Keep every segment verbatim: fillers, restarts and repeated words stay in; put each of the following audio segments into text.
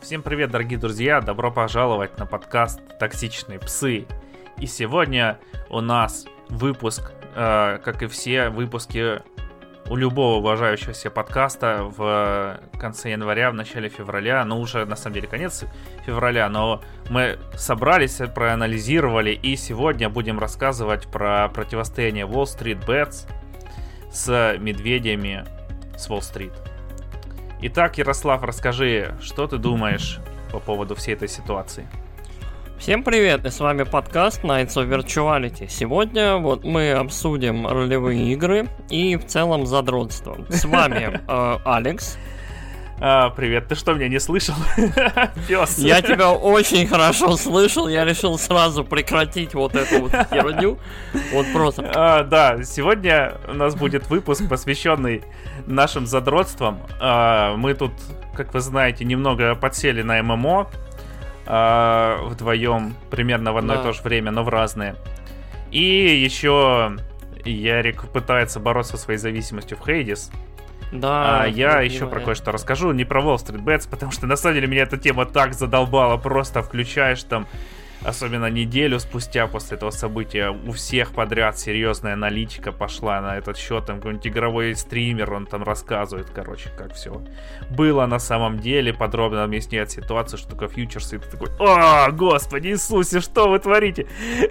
Всем привет, дорогие друзья! Добро пожаловать на подкаст «Токсичные псы». И сегодня у нас выпуск, э, как и все выпуски у любого уважающего себя подкаста в конце января, в начале февраля, ну уже на самом деле конец февраля, но мы собрались, проанализировали, и сегодня будем рассказывать про противостояние Wall Street Bets с медведями с Уолл-стрит. Итак, Ярослав, расскажи, что ты думаешь по поводу всей этой ситуации? Всем привет, и с вами подкаст Nights of Virtuality. Сегодня вот мы обсудим ролевые игры и в целом задротство. С вами э, Алекс. А, привет, ты что, меня не слышал? Пёс. Я тебя очень хорошо слышал, я решил сразу прекратить вот эту вот херню. Вот просто. А, да, сегодня у нас будет выпуск, посвященный нашим задротствам. А, мы тут, как вы знаете, немного подсели на эм эм о а, вдвоем, примерно в одно да. и то же время, но в разные. И еще Ярик пытается бороться со своей зависимостью в Hades. Да, а я еще про кое-что расскажу, не про Wall Street Bets, потому что на самом деле меня эта тема так задолбала. Просто включаешь там, особенно неделю спустя после этого события, у всех подряд серьезная аналитика пошла на этот счет. Там какой-нибудь игровой стример, он там рассказывает, короче, как все было на самом деле, подробно объясняет ситуацию, что такое фьючерсы, и ты такой: о, Господи Иисусе, что вы творите?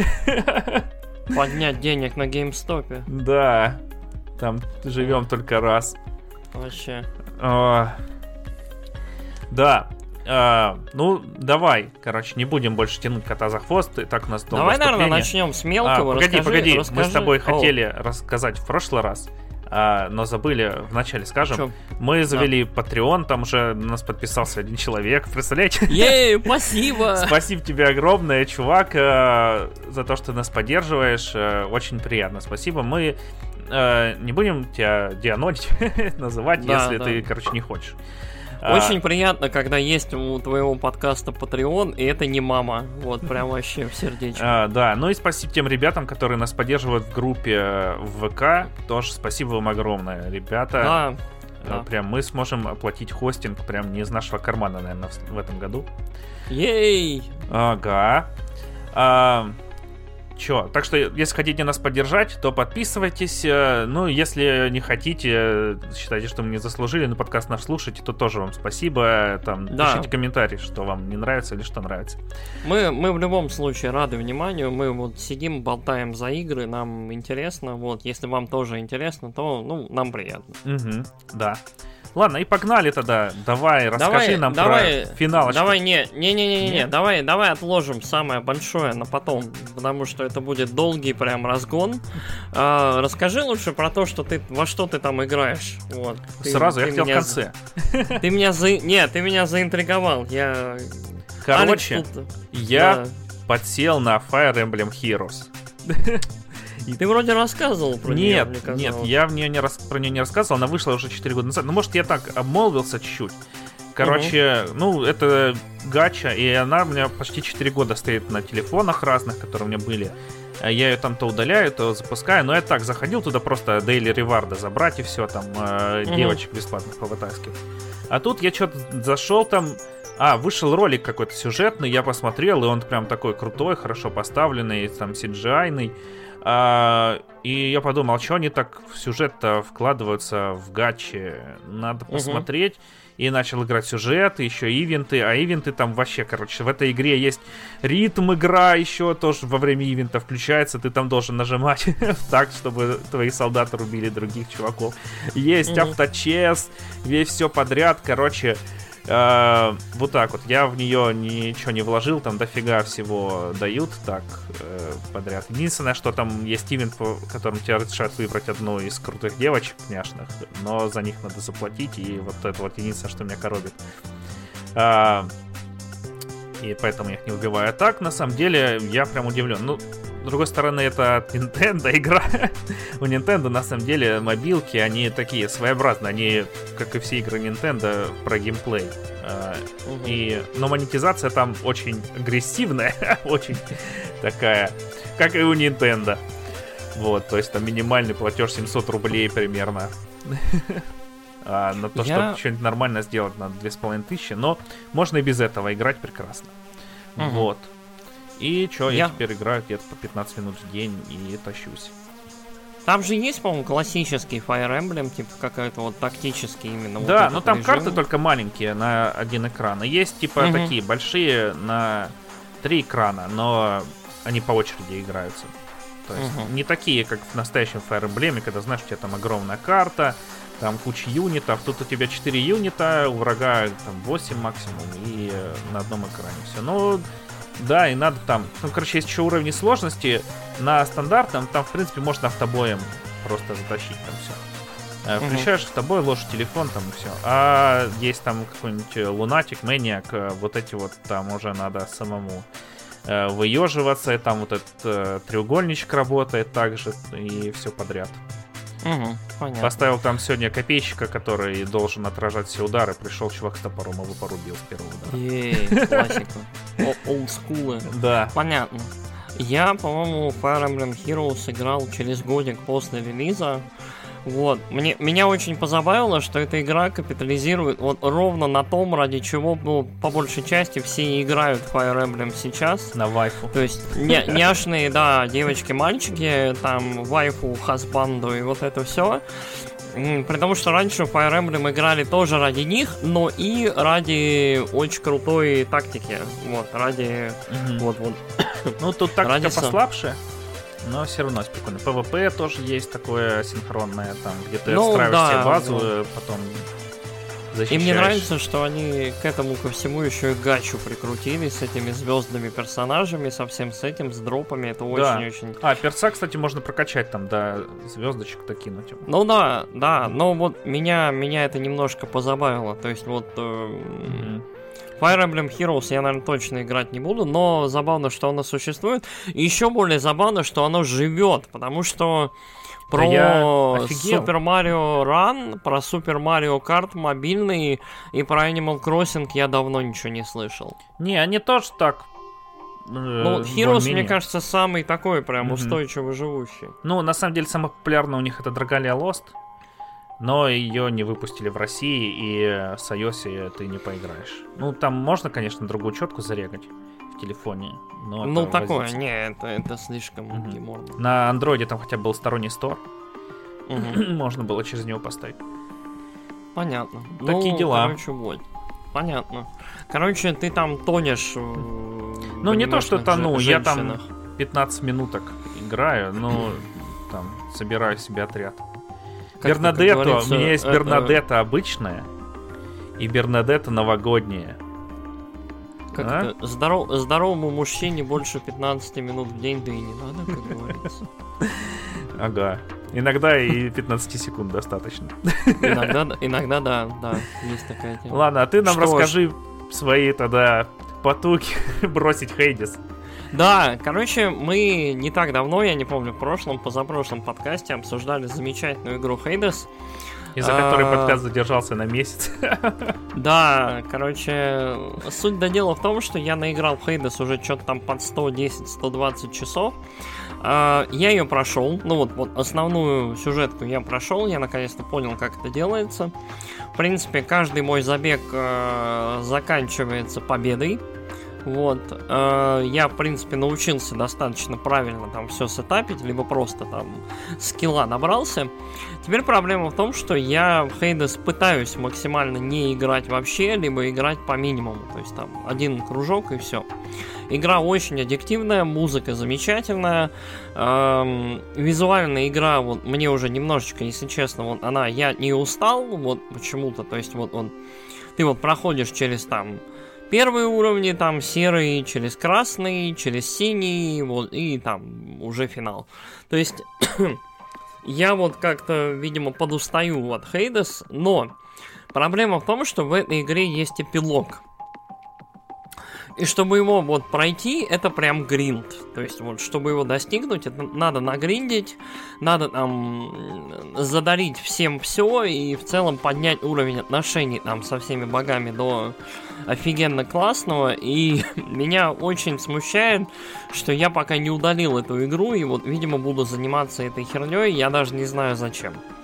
Поднять денег на GameStop. Да, там живем только раз. Вообще. А, да. А, ну, давай, короче, не будем больше тянуть кота за хвост. И так у нас давай, наверное, начнем с мелкого. А, погоди, расскажи, погоди. расскажи. Мы с тобой О. хотели рассказать в прошлый раз, а, но забыли вначале, скажем. Чё? Мы завели да. Patreon, там уже на нас подписался один человек. Представляете? Ей, спасибо! Спасибо тебе огромное, чувак, за то, что нас поддерживаешь. Очень приятно, спасибо. Мы не будем тебя дианонить, называть, да, если да. ты, короче, не хочешь. Очень а... приятно, когда есть у твоего подкаста Patreon, и это не мама. Вот, прям вообще в сердечко. А, да, ну и спасибо тем ребятам, которые нас поддерживают в группе в ВК. Тоже спасибо вам огромное, ребята. Да. А, прям мы сможем оплатить хостинг прям не из нашего кармана, наверное, в, в этом году. Ей! Ага. А... Чё, так что, если хотите нас поддержать, то подписывайтесь. Ну, если не хотите, считаете, что мы не заслужили, но подкаст наш слушайте, то тоже вам спасибо. Там, да. Пишите комментарии, что вам не нравится или что нравится. Мы, мы в любом случае рады вниманию. Мы вот сидим, болтаем за игры, нам интересно. Вот, если вам тоже интересно, то, ну, нам приятно. Угу, да. Ладно, и погнали тогда. Давай, расскажи давай, нам давай, про финалочку. Давай, не, не, не, не, не, давай, давай отложим самое большое на потом, потому что это будет долгий прям разгон. А, расскажи лучше про то, что ты, во что ты там играешь. Вот. Ты, Сразу, ты я хотел в конце. За... Ты меня за, нет, ты меня заинтриговал. Я. Короче, тут... я да. подсел на Fire Emblem Heroes. И ты вроде рассказывал про нее. Нет, мне нет, я в нее не рас... про нее не рассказывал. Она вышла уже четыре года назад. Ну, может, я так обмолвился чуть-чуть. Короче, угу. ну, это гача, и она у меня почти четыре года стоит на телефонах разных, которые у меня были. Я ее там то удаляю, то запускаю. Но я так заходил туда просто Daily Reward забрать и все, там, э, угу. девочек бесплатных повытаскивать. А тут я что-то зашел там. А, вышел ролик какой-то сюжетный, я посмотрел, и он прям такой крутой, хорошо поставленный, там, си джи ай-ный. А, и я подумал, что они так в сюжет-то вкладываются в гачи, надо посмотреть. Угу. И начал играть сюжет, еще ивенты, а ивенты там вообще, короче, в этой игре есть ритм игра еще тоже во время ивента включается, ты там должен нажимать так, чтобы твои солдаты рубили других чуваков. Есть угу. авточес, весь все подряд, короче... Uh, вот так вот, я в нее ничего не вложил, там дофига всего дают так uh, подряд. Единственное, что там есть ивент, по которому тебе разрешают выбрать одну из крутых девочек няшных, но за них надо заплатить, и вот это вот единственное, что меня коробит. Uh, и поэтому я их не убиваю. А так, на самом деле, я прям удивлен. Ну, с другой стороны, это от Nintendo игра. У Nintendo, на самом деле, мобилки, они такие своеобразные. Они, как и все игры Nintendo, про геймплей. Угу. И, но монетизация там очень агрессивная, очень такая, как и у Nintendo. Вот, то есть там минимальный платеж семьсот рублей примерно. а на то, Я- чтобы что-нибудь нормально сделать, на две с половиной тысячи. Но можно и без этого играть прекрасно. Мгм. Вот. И что, я... Я- теперь играю где-то по пятнадцать минут в день и тащусь. Там же есть, по-моему, классический Fire Emblem, типа какой-то вот тактический именно. вот Да, этот но там режим. карты только маленькие на один экран. И есть типа Мгм. такие большие на три экрана, но они по очереди играются. То есть Мгм. не такие, как в настоящем Fire Emblem, когда, знаешь, у тебя там огромная карта, там куча юнитов. Тут у тебя четыре юнита, у врага там восемь максимум, и э, на одном экране все. Ну, да, и надо там... Ну, короче, есть еще уровни сложности. На стандартном там, в принципе, можно автобоем просто затащить там все. Мгм. Включаешь автобой, ложишь телефон там и все. А есть там какой-нибудь Лунатик, Мэниак, вот эти вот там уже надо самому э, выеживаться, и там вот этот э, треугольничек работает также, и все подряд. Мгм, понятно. Поставил там сегодня копейщика, который должен отражать все удары, пришел чувак с топором, его порубил с первого удара. Ей, классика. О- олдскулы. Да. Понятно. Я, по-моему, в Fire Emblem Heroes играл через годик после релиза. Вот. Мне, меня очень позабавило, что эта игра капитализирует вот ровно на том, ради чего, ну, по большей части все играют в Fire Emblem сейчас. На вайфу. То есть ня- няшные, да, девочки-мальчики, там, вайфу, хасбанду и вот это все. Потому что раньше в Fire Emblem играли тоже ради них, но и ради очень крутой тактики. Вот, ради... Мгм. Вот, вот. Ну, тут тактика Ради со- послабше, но все равно прикольно. ПВП тоже есть такое синхронное, там, где ты Ну, отстраиваешь да, себе базу, да. потом И защищаешь. мне нравится, что они к этому ко всему еще и гачу прикрутили с этими звездными персонажами, со всем с этим, с дропами. Это Да. очень-очень... А, перца, кстати, можно прокачать там, до звездочек докинуть. Ну да, да, но вот меня, меня это немножко позабавило. То есть вот... э, Мгм. Fire Emblem Heroes я, наверное, точно играть не буду, но забавно, что оно существует. И еще более забавно, что оно живет, потому что про я офигел. Super Mario Run, про Super Mario Kart мобильный и про Animal Crossing я давно ничего не слышал. Не, они тоже так. э, Ну, вот Heroes, более-менее. мне кажется, самый такой прям Мгм. устойчиво живущий. Ну, на самом деле, самое популярное у них это Dragalia Lost, но ее не выпустили в России, и с iOS ты не поиграешь. Ну, там можно, конечно, другую четку зарегать в телефоне, но Ну, это такое, возиться. не, это, это слишком Мгм. геморно. На андроиде там хотя бы был сторонний стор, Мгм. можно было через него поставить. Понятно. Такие Ну, дела. Короче, вот. Понятно. Короче, ты там тонешь. Ну, не то, что тону, я там пятнадцать минуток играю, ну, там, собираю себе отряд. Бернадетту, у меня есть Бернадетта обычная и Бернадетта новогодняя. Как А? это? Здоров, здоровому мужчине больше пятнадцать минут в день, да и не надо, как говорится. Ага. Иногда и пятнадцать секунд достаточно. Иногда, иногда да, да, есть такая тема. Ладно, а ты нам Что расскажи свои тогда потуги бросить Хейдис. Да, короче, мы не так давно, я не помню, в прошлом, позапрошлом подкасте обсуждали замечательную игру Hades. Из-за которой А. подкаст задержался на месяц. Да, короче, суть до дела в том, что я наиграл в Hades уже что-то там под сто десять - сто двадцать часов. А, Я ее прошел, ну вот, вот основную сюжетку я прошел, я наконец-то понял, как это делается. В принципе, каждый мой забег э, заканчивается победой. Вот. Э, Я, в принципе, научился достаточно правильно там все сетапить, либо просто там скилла набрался. Теперь проблема в том, что я в Hades пытаюсь максимально не играть вообще, либо играть по минимуму. То есть там один кружок и все. Игра очень аддиктивная, музыка замечательная. Эм, визуальная игра, вот мне уже немножечко, если честно, вот она, я не устал, вот почему-то. То есть вот он, ты вот проходишь через там первые уровни, там серый, через красный, через синий, вот, и там уже финал. То есть я вот как-то, видимо, подустаю от Hades, но проблема в том, что в этой игре есть эпилог. И чтобы его вот пройти, это прям гринд. То есть вот, чтобы его достигнуть, это надо нагриндить, надо там задарить всем все и в целом поднять уровень отношений там со всеми богами до офигенно классного. И меня очень смущает, что я пока не удалил эту игру и вот, видимо, буду заниматься этой херней, я даже не знаю зачем.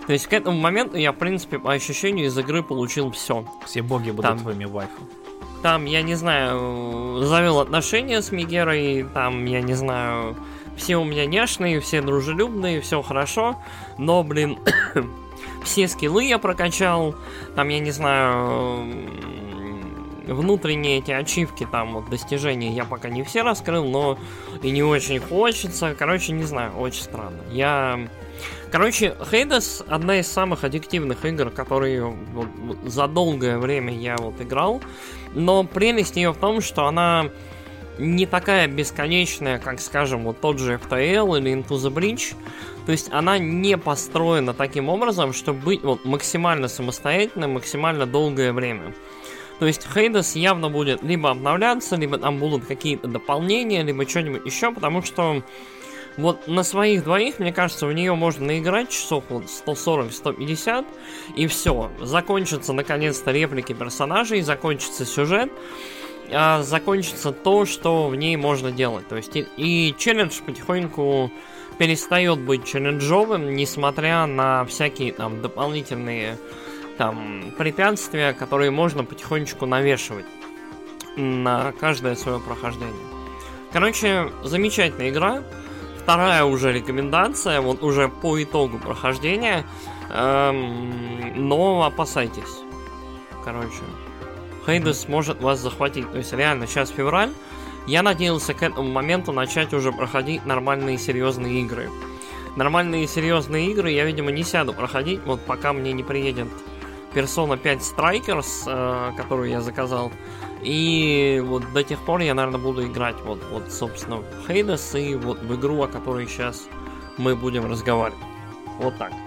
То есть к этому моменту я, в принципе, по ощущению из игры получил все. Все боги будут там твоими вайфу. Там, я не знаю, завел отношения с Мегерой, там, я не знаю, все у меня няшные, все дружелюбные, все хорошо, но, блин, все скиллы я прокачал, там, я не знаю, внутренние эти ачивки, там, вот, достижения я пока не все раскрыл, но и не очень хочется, короче, не знаю, очень странно. Я... Короче, Хейдес одна из самых аддиктивных игр, которые вот, за долгое время я вот играл. Но прелесть ее в том, что она не такая бесконечная, как, скажем, вот тот же эф ти эл или Into the Breach. То есть она не построена таким образом, чтобы быть вот, максимально самостоятельной, максимально долгое время. То есть Хейдес явно будет либо обновляться, либо там будут какие-то дополнения, либо что-нибудь еще, потому что вот на своих двоих, мне кажется, в нее можно наиграть часов вот сто сорок - сто пятьдесят, и все. Закончатся наконец-то реплики персонажей, закончится сюжет, а закончится то, что в ней можно делать. То есть и, и челлендж потихоньку перестает быть челленджовым, несмотря на всякие там дополнительные там препятствия, которые можно потихонечку навешивать на каждое свое прохождение. Короче, замечательная игра. Вторая уже рекомендация, вот уже по итогу прохождения, эм, но опасайтесь. Короче, Хейдес может вас захватить. То есть реально, сейчас февраль, я надеялся к этому моменту начать уже проходить нормальные серьезные игры. Нормальные серьезные игры я, видимо, не сяду проходить, вот пока мне не приедет Persona пять Strikers, э, которую я заказал. И вот до тех пор я, наверное, буду играть вот, вот собственно, в Хейдес и вот в игру, о которой сейчас мы будем разговаривать. Вот так.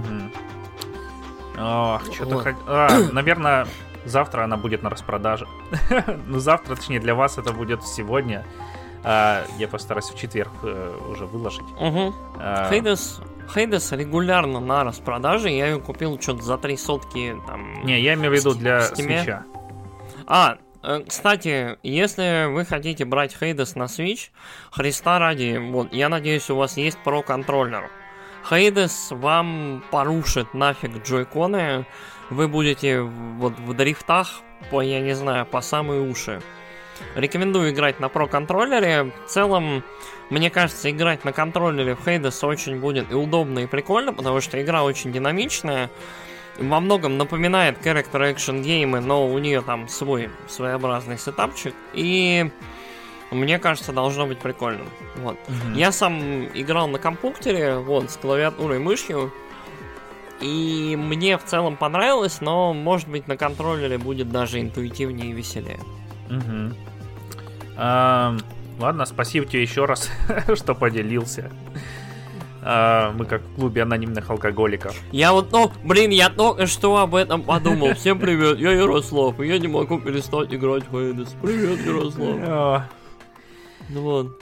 Угу. Ох, что-то вот. Хоть... А, наверное, завтра она будет на распродаже. Ну, завтра, точнее, для вас это будет сегодня. А, я постараюсь в четверг уже выложить. Угу. А... Хейдес... Хейдес регулярно на распродаже. Я ее купил что-то за три сотки там. Не, я имею в виду для Switch'а. А, кстати, если вы хотите брать Хейдес на Switch, Христа ради, вот, я надеюсь, у вас есть Pro контроллер. Хейдес вам порушит нафиг джойконы. Вы будете вот в дрифтах по, я не знаю, по самые уши. Рекомендую играть на Pro контроллере. В целом, мне кажется, играть на контроллере в Хейдес очень будет и удобно, и прикольно, потому что игра очень динамичная. Во многом напоминает Character Action геймы, но у нее там свой своеобразный сетапчик. И мне кажется, должно быть прикольно. Вот. Mm-hmm. Я сам играл на компьютере, вот, с клавиатурой и мышью. И мне в целом понравилось, но, может быть, на контроллере будет даже интуитивнее и веселее. Mm-hmm. Uh, ладно, спасибо тебе еще раз, что поделился. Uh, мы как в клубе анонимных алкоголиков. Я вот, ну, блин, я только что об этом подумал. Всем привет, я Ярослав, и я не могу перестать играть в Хейдес. Привет, Ярослав. Uh. Ну вот.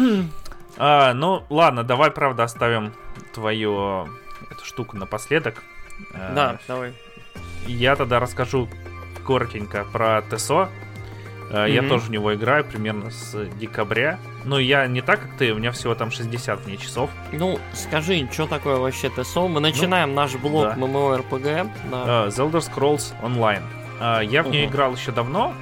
uh, ну, ладно, давай, правда, оставим твою эту штуку напоследок. Uh, да, давай. Я тогда расскажу коротенько про ТСО. Uh, mm-hmm. Я тоже в него играю примерно с декабря. Но я не так, как ты, у меня всего там шестьдесят мне часов. Ну, скажи, что такое вообще ТСО? Мы начинаем ну, наш блог да. MMORPG. Да. Uh, The Elder Scrolls Online. Uh, я в uh-huh. нее играл еще давно.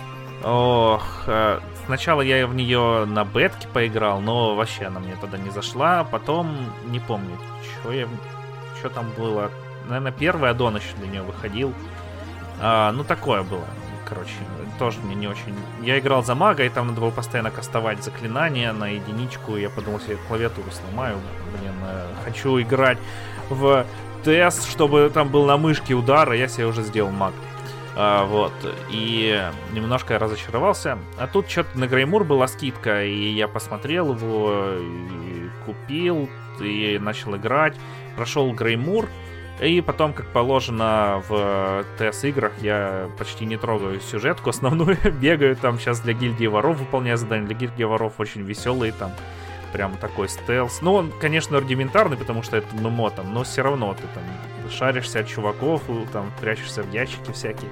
Ох, uh, сначала я в нее на бетке поиграл, но вообще она мне тогда не зашла. Потом, не помню, что я, что там было. Наверное, первый аддон еще для нее выходил. Uh, ну, такое было. Короче, тоже мне не очень... Я играл за мага, и там надо было постоянно кастовать заклинания на единичку. Я подумал, себе клавиатуру сломаю. Блин, хочу играть в ТС, чтобы там был на мышке удар, а я себе уже сделал маг. А, вот. И немножко я разочаровался. А тут что-то на Греймур была скидка, и я посмотрел его, и купил, и начал играть. Прошел Греймур. И потом, как положено в ТС-играх, я почти не трогаю сюжетку основную, бегаю там сейчас для гильдии воров, выполняю задания. Для гильдии воров очень веселые там, прям такой стелс. Ну, он, конечно, рудиментарный, потому что это ММО там, но все равно ты там шаришься от чуваков, там прячешься в ящики всякие.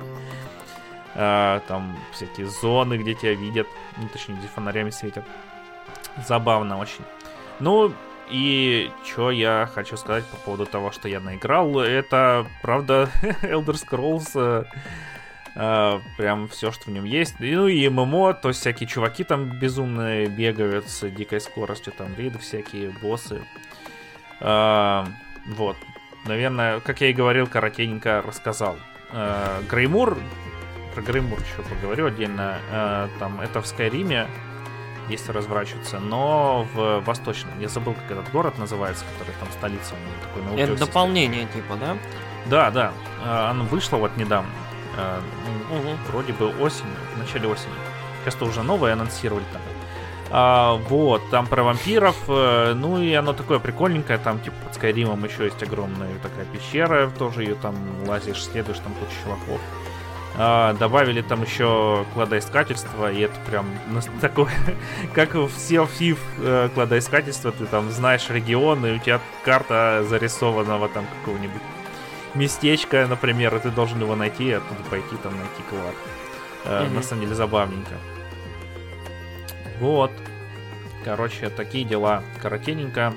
А, там всякие зоны, где тебя видят, ну, точнее, где фонарями светят. Забавно очень. Ну, и что я хочу сказать по поводу того, что я наиграл, это, правда, Elder Scrolls, э, э, прям все, что в нем есть. Ну и ММО, то есть всякие чуваки там безумные бегают с дикой скоростью, там рейды всякие, боссы. Э, вот, наверное, как я и говорил, коротенько рассказал. Э, Греймур, про Греймур еще поговорю отдельно, э, там это в Скайриме, если разворачиваться, но в Восточном. Я забыл, как этот город называется, который там столица. Такой на это дополнение типа, да? Да, да. Оно вышло вот недавно. Ну, угу. Вроде бы осенью, в начале осени. Сейчас-то уже новое анонсировали там. А, вот, там про вампиров. Ну и оно такое прикольненькое. Там типа под Скайримом еще есть огромная такая пещера. Тоже ее там лазишь, следуешь, там куча чуваков. Uh, добавили там еще кладоискательство, и это прям такое, как в Sea of Thieves uh, кладоискательство, ты там знаешь регион, и у тебя карта зарисованного там какого-нибудь местечка, например, и ты должен его найти, и оттуда пойти там найти клад. Uh, mm-hmm. На самом деле забавненько. Вот. Короче, такие дела. Коротенько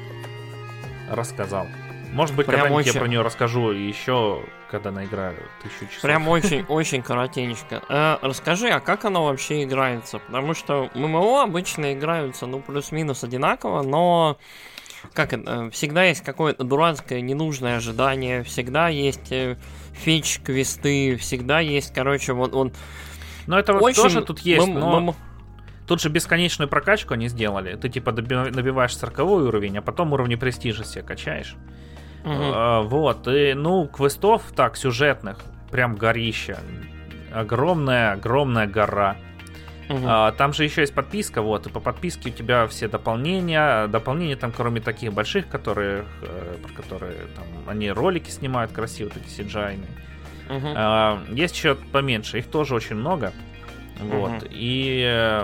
рассказал. Может быть, прям когда-нибудь очень... я про нее расскажу еще, когда наиграю тысячу часов. Прям очень-очень коротенько. Э, расскажи, а как она вообще играется? Потому что ММО обычно играются, ну, плюс-минус одинаково, но как это, всегда есть какое-то дурацкое ненужное ожидание, всегда есть э, фетч-квесты, всегда есть, короче, вот он... Ну, это вот очень... тоже тут есть, м- но... м- Тут же бесконечную прокачку они сделали. Ты типа набиваешь сороковой уровень, а потом уровни престижа себе качаешь. Uh-huh. А, вот, и, ну, квестов, так, сюжетных, прям горища. Огромная-огромная гора. Uh-huh. А, там же еще есть подписка, вот, и по подписке у тебя все дополнения. Дополнения там, кроме таких больших, которые, про которые там, они ролики снимают красивые, вот эти си джи ай-ные. Uh-huh. А, есть еще поменьше, их тоже очень много. Вот, uh-huh. и...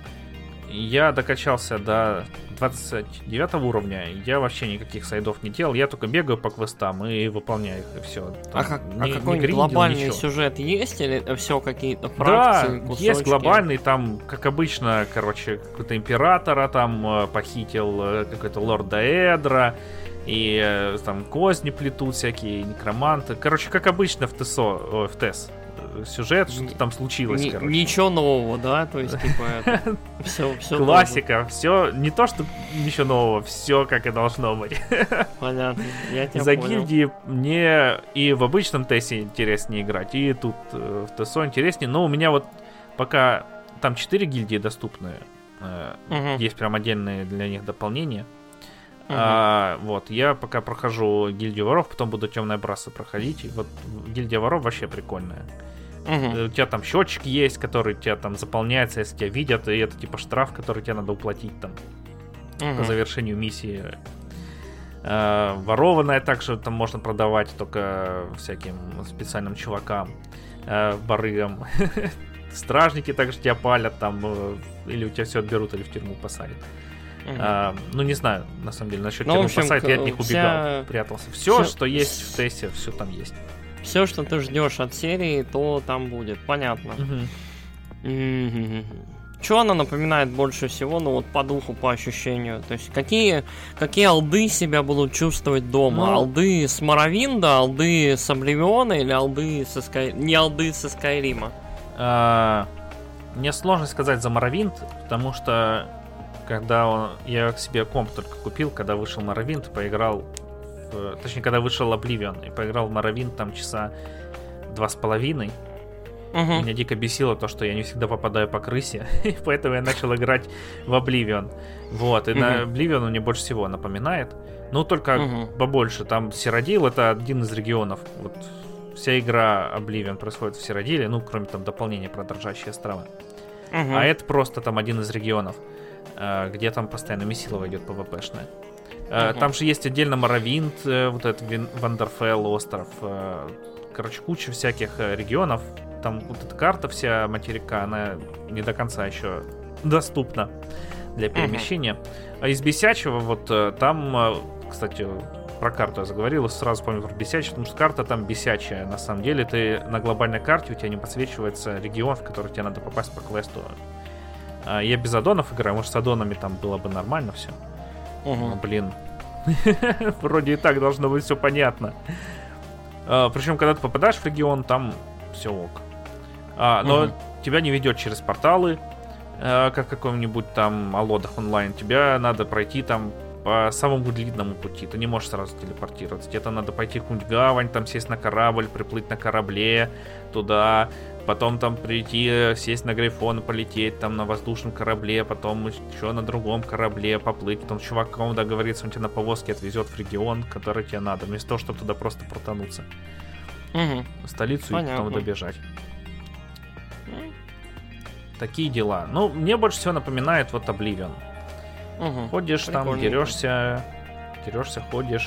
Я докачался до двадцать девятого уровня. Я вообще никаких сайдов не делал. Я только бегаю по квестам и выполняю их, и все. Там а как, не, а какой-нибудь глобальный ничего. Сюжет есть? Или это все какие-то фракции, да, кусочки? Есть глобальный, там, как обычно, короче, какой-то императора там похитил какой-то лорд Даэдра. И там козни плетут всякие, некроманты. Короче, как обычно в ТСО, о, в ТЭС. Сюжет, что-то там случилось, Н- короче. Ничего нового, да? То есть, типа, это все, все классика, все, не то, что ничего нового, все как и должно быть. Понятно, я тебя За понял. гильдии мне и в обычном ТЭСе интереснее играть, и тут в ТСО интереснее, но у меня вот пока там четыре гильдии доступны, uh-huh. есть прям отдельные для них дополнения. Uh-huh. А, вот, я пока прохожу гильдию воров, потом буду темные брасы проходить, и вот гильдия воров вообще прикольная. Uh-huh. У тебя там счетчик есть, который тебя там заполняется, если тебя видят, и это типа штраф, который тебе надо уплатить там uh-huh. по завершению миссии. А, ворованное также там можно продавать только всяким специальным чувакам, а, барыгам. Стражники также тебя палят там, или у тебя все отберут, или в тюрьму посадят. Uh-huh. А, ну, не знаю, на самом деле, насчет тюрьмы посадят, я от них вся... убегал, прятался. Все, вся... что есть в ТЭСе, все там есть. Все, что ты ждешь от серии, то там будет, понятно. Uh-huh. Mm-hmm. Что она напоминает больше всего, ну вот по духу, по ощущению? То есть какие, какие алды себя будут чувствовать дома? Ну... Алды с Моровинда, алды с Обливиона или алды со Скай... не алды со Скайрима? А, мне сложно сказать за Моровинд, потому что когда он, я к себе комп только купил, когда вышел Моровинд, поиграл, в, точнее, когда вышел Обливион, и поиграл в Моровинд там часа два с половиной. Uh-huh. Меня дико бесило то, что я не всегда попадаю по крысе, и поэтому я начал играть в Обливион. Вот, и uh-huh. на Обливион мне больше всего напоминает. Ну, только uh-huh. побольше. Там Сиродил — это один из регионов. Вот вся игра Обливион происходит в Сиродиле, ну, кроме там дополнения про Дрожащие острова. Uh-huh. А это просто там один из регионов, где там постоянно месилово идет пвпшное. Uh-huh. Там же есть отдельно Моровинд, вот этот Вандерфелл остров. Короче, куча всяких регионов. Там вот эта карта вся материка, она не до конца еще доступна для перемещения. Uh-huh. А из бесячего, вот там, кстати, про карту я заговорил, сразу помню про бесячий, потому что карта там бесячая. На самом деле, ты на глобальной карте, у тебя не подсвечивается регион, в который тебе надо попасть по квесту. Я без аддонов играю, может, с аддонами там было бы нормально все. Угу. Ну, блин. Вроде и так должно быть все понятно. А, причем, когда ты попадаешь в регион, там все ок. А, но угу. тебя не ведет через порталы, а, как в каком-нибудь там Алодах онлайн. Тебя надо пройти там по самому длинному пути. Ты не можешь сразу телепортироваться. Где-то надо пойти в какую-нибудь гавань, там сесть на корабль, приплыть на корабле туда, потом там прийти, сесть на грифон, полететь там на воздушном корабле, потом еще на другом корабле поплыть, потом с чуваком договориться, он тебя на повозке отвезет в регион, который тебе надо, вместо того, чтобы туда просто протонуться. Угу. В столицу. Понятно. И потом добежать. Mm. Такие дела. Ну, мне больше всего напоминает вот Oblivion. Угу. Ходишь там, дерешься, дерешься, ходишь.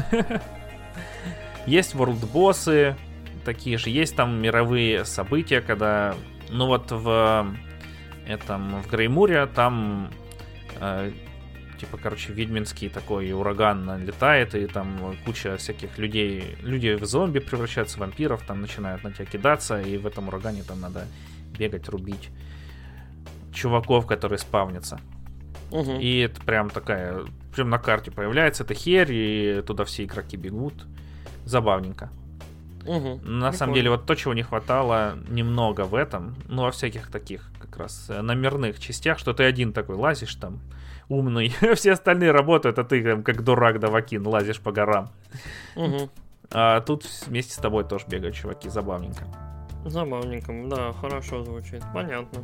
Есть ворлд-боссы, такие же. Есть там мировые события, когда, ну вот в этом, в Греймуре там э, типа, короче, ведьминский такой ураган налетает, и там куча всяких людей, люди в зомби превращаются в вампиров, там начинают на тебя кидаться, и в этом урагане там надо бегать, рубить чуваков, которые спавнятся. Угу. И это прям такая, прям на карте появляется эта херь, и туда все игроки бегут. Забавненько. Угу. На Прикольно. самом деле, вот то, чего не хватало немного в этом, ну, во всяких таких как раз номерных частях, что ты один такой лазишь там, умный, все остальные работают, а ты там, как дурак Давакин, лазишь по горам. Угу. А тут вместе с тобой тоже бегают чуваки, забавненько. Забавненько, да, хорошо звучит, понятно.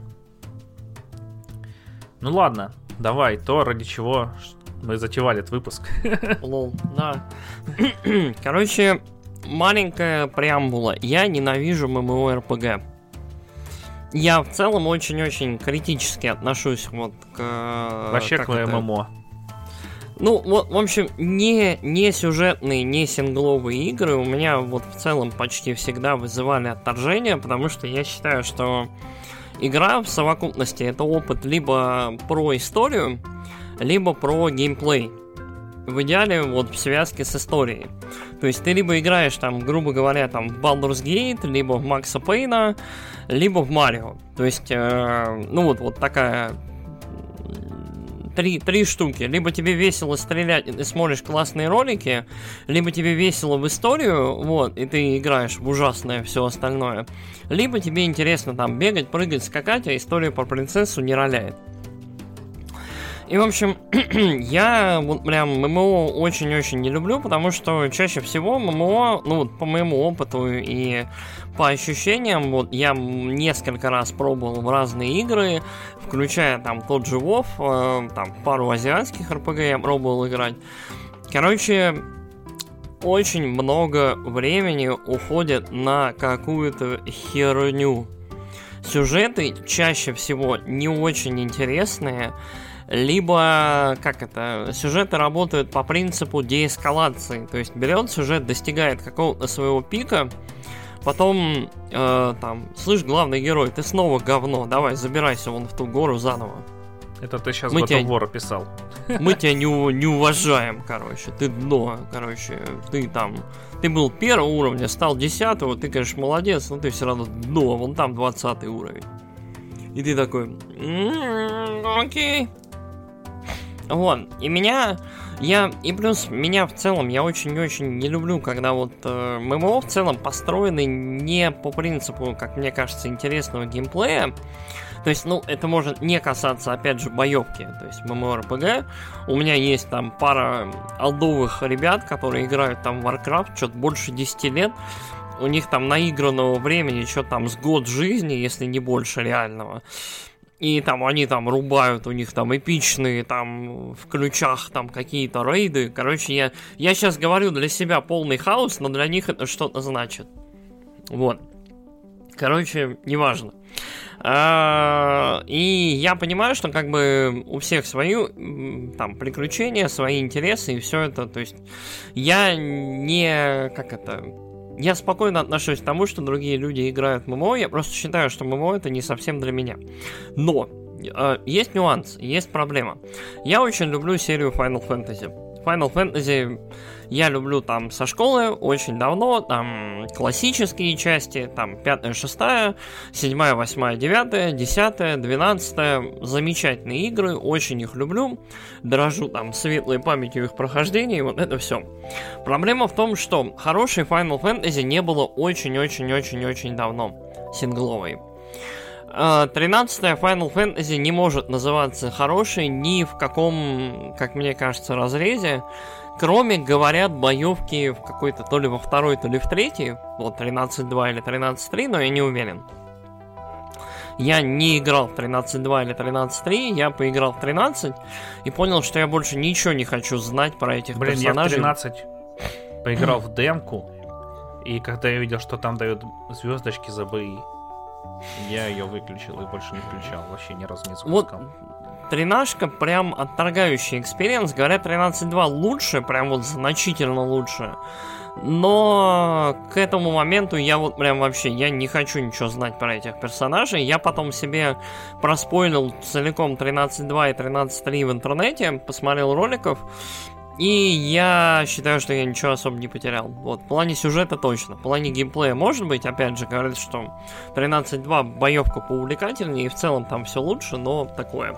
Ну ладно, давай, то, ради чего мы затевали этот выпуск. Лол, да. Короче, маленькая преамбула. Я ненавижу MMORPG. Я в целом очень-очень критически отношусь вот к... Вообще к ММО. Ну, вот, в общем, не, не сюжетные, не сингловые игры у меня вот в целом почти всегда вызывали отторжение, потому что я считаю, что игра в совокупности — это опыт либо про историю, либо про геймплей. В идеале вот в связке с историей. То есть ты либо играешь там, грубо говоря, там в Baldur's Gate, либо в Макса Пейна, либо в Марио. То есть, э, ну вот, вот такая... Три, три штуки. Либо тебе весело стрелять, и ты смотришь классные ролики, либо тебе весело в историю, вот, и ты играешь в ужасное все остальное. Либо тебе интересно там бегать, прыгать, скакать, а история про принцессу не роляет. И, в общем, я вот прям ММО очень-очень не люблю, потому что чаще всего ММО, ну вот по моему опыту и по ощущениям, вот я несколько раз пробовал в разные игры, включая там тот же WoW, э, там пару азиатских эр пи джи я пробовал играть. Короче, очень много времени уходит на какую-то херню. Сюжеты чаще всего не очень интересные, либо, как это, сюжеты работают по принципу деэскалации. То есть берет сюжет, достигает какого-то своего пика, потом, э, там, слышь, главный герой, ты снова говно, давай, забирайся вон в ту гору заново. Это ты сейчас God of War описал. Мы тебя не, не уважаем, короче, ты дно, короче, ты там, ты был первого уровня, стал десятого, ты, конечно, молодец, но ты все равно дно, вон там двадцатый уровень. И ты такой, м-м, окей. Вот, и меня, я, и плюс меня в целом, я очень-очень не люблю, когда вот э, ММО в целом построены не по принципу, как мне кажется, интересного геймплея. То есть, ну, это может не касаться, опять же, боевки, то есть MMORPG. У меня есть там пара олдовых ребят, которые играют там в Warcraft, что-то больше десяти лет. У них там наигранного времени, что там с год жизни, если не больше реального. И там они там рубают, у них там эпичные там в ключах там какие-то рейды. Короче, я, я сейчас говорю для себя полный хаос, но для них это что-то значит. Вот. Короче, неважно. А, и я понимаю, что как бы у всех свои там приключения, свои интересы и все это. То есть я не... Как это... Я спокойно отношусь к тому, что другие люди играют в ММО. Я просто считаю, что ММО это не совсем для меня. Но э, есть нюанс, есть проблема. Я очень люблю серию Final Fantasy. Final Fantasy я люблю там со школы очень давно, там классические части, там пятая, шестая, седьмая, восьмая, девятая, десятая, двенадцатая, замечательные игры, очень их люблю, дорожу там светлой памятью их прохождения, вот это все. Проблема в том, что хорошей Final Fantasy не было очень-очень-очень-очень давно, сингловой. тринадцатая Final Fantasy не может называться хорошей ни в каком, как мне кажется, разрезе, кроме, говорят, боевки в какой-то то ли во второй, то ли в третьей, вот тринадцать два или тринадцать три, но я не уверен. Я не играл в тринадцать два или тринадцать три, я поиграл в тринадцать и понял, что я больше ничего не хочу знать про этих Блин, персонажей. Блин, я в тринадцать поиграл в демку, и когда я видел, что там дают звездочки за бои, я ее выключил и больше не включал, вообще ни разу не запускал. Вот тринашка прям отторгающий экспириенс. Говорят, тринадцать два лучше, прям вот значительно лучше. Но к этому моменту я вот прям вообще, я не хочу ничего знать про этих персонажей. Я потом себе проспойлил целиком тринадцать два и тринадцать три в интернете, посмотрел роликов. И я считаю, что я ничего особо не потерял. Вот, в плане сюжета точно. В плане геймплея, может быть, опять же, говорят, что тринадцать два боевка поувлекательнее, и в целом там все лучше, но такое.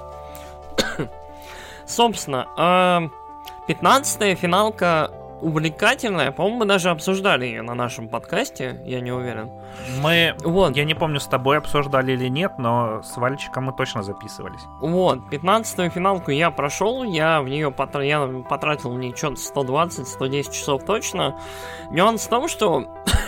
Собственно, пятнадцатая финалка увлекательная. По-моему, мы даже обсуждали ее на нашем подкасте, я не уверен. Мы, вот. Я не помню, с тобой обсуждали или нет, но с Вальчиком мы точно записывались. Вот, пятнадцатую финалку я прошел, я в нее потр... я потратил в ней что-то сто двадцать - сто десять часов точно. Нюанс в том, что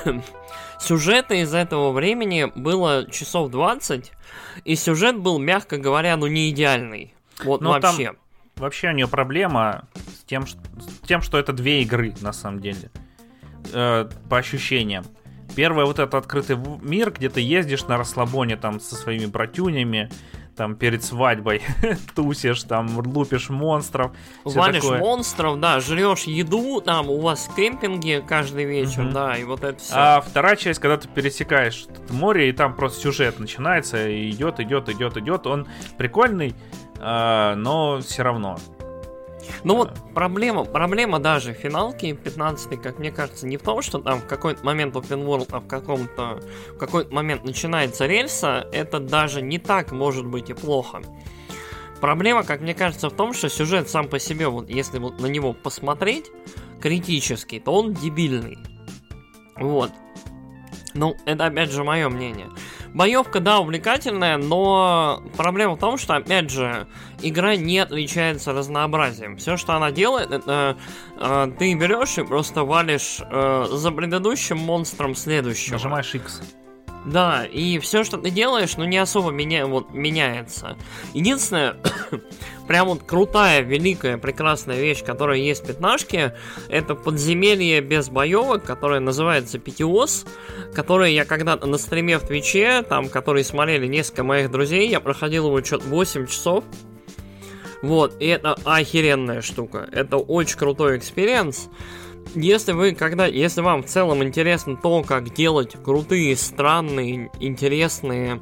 сюжета из этого времени было часов двадцать, и сюжет был, мягко говоря, ну не идеальный. Вот но вообще. Там... Вообще у нее проблема с тем, что, с тем, что это две игры, на самом деле. Э, по ощущениям. Первый вот этот открытый мир, где ты ездишь на расслабоне там со своими братюнями, там перед свадьбой тусишь, там лупишь монстров. Валишь монстров, да, жрешь еду, там у вас кемпинги каждый вечер, mm-hmm. да, и вот это все. А вторая часть, когда ты пересекаешь море, и там просто сюжет начинается, и идет, идет, идет, идет. Он прикольный, но все равно. Ну вот проблема, проблема даже финалки пятнадцатой, как мне кажется, не в том, что там в какой-то момент open world, а в каком-то в какой-то момент начинается рельса. Это даже не так может быть и плохо. Проблема, как мне кажется, в том, что сюжет сам по себе, вот если вот на него посмотреть критически, то он дебильный. Вот. Ну, это опять же мое мнение. Боевка, да, увлекательная, но проблема в том, что, опять же, игра не отличается разнообразием. Все, что она делает, это э, ты берешь и просто валишь э, за предыдущим монстром следующего. Нажимаешь X. Да, и все, что ты делаешь, ну не особо меня, вот, меняется. Единственное, прям вот крутая, великая, прекрасная вещь, которая есть в пятнашке, это подземелье без боевок, которое называется Питиос, которое я когда-то на стриме в Твиче, там, которые смотрели несколько моих друзей, я проходил его что-то восемь часов. Вот, и это охеренная штука. Это очень крутой экспириенс. Если вы, когда, если вам в целом интересно то, как делать крутые, странные, интересные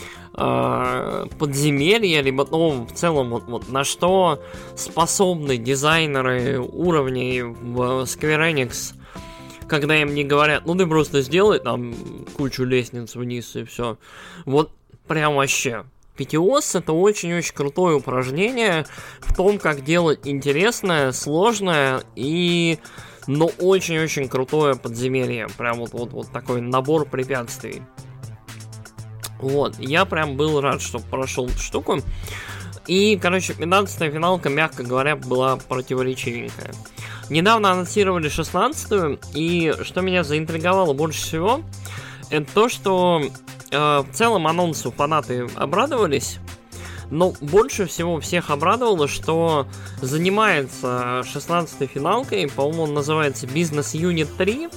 э, подземелья, либо ну, в целом вот, вот на что способны дизайнеры уровней в Square Enix, когда им не говорят, ну ты просто сделай там кучу лестниц вниз и все. Вот прям вообще. Питиос — это очень-очень крутое упражнение в том, как делать интересное, сложное и... но очень-очень крутое подземелье. Прям вот, вот, вот такой набор препятствий. Вот, я прям был рад, что прошел эту штуку. И, короче, пятнадцатая финалка, мягко говоря, была противоречивенькая. Недавно анонсировали шестнадцатую, и что меня заинтриговало больше всего, это то, что э, в целом анонсу фанаты обрадовались. Но больше всего всех обрадовало, что занимается шестнадцатой финалкой, по-моему, он называется Business Unit три.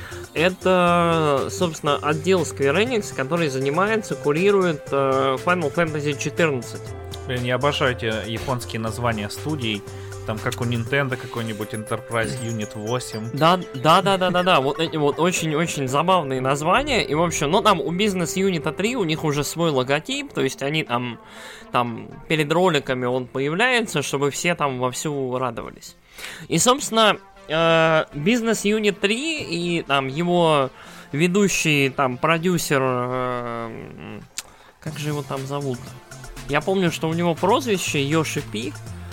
Это, собственно, отдел Square Enix, который занимается, курирует э, Final Fantasy четырнадцать. Блин, я обожаю эти японские названия студий. Там как у Nintendo какой-нибудь Enterprise Unit восемь. Да, да, да, да, да, да. Вот эти вот очень-очень забавные названия. И, в общем, ну там у Business Unit три у них уже свой логотип. То есть они там, там перед роликами он появляется, чтобы все там вовсю радовались. И, собственно, э, Business Unit три и там его ведущий там продюсер, э, как же его там зовут? Я помню, что у него прозвище Йоши Пи.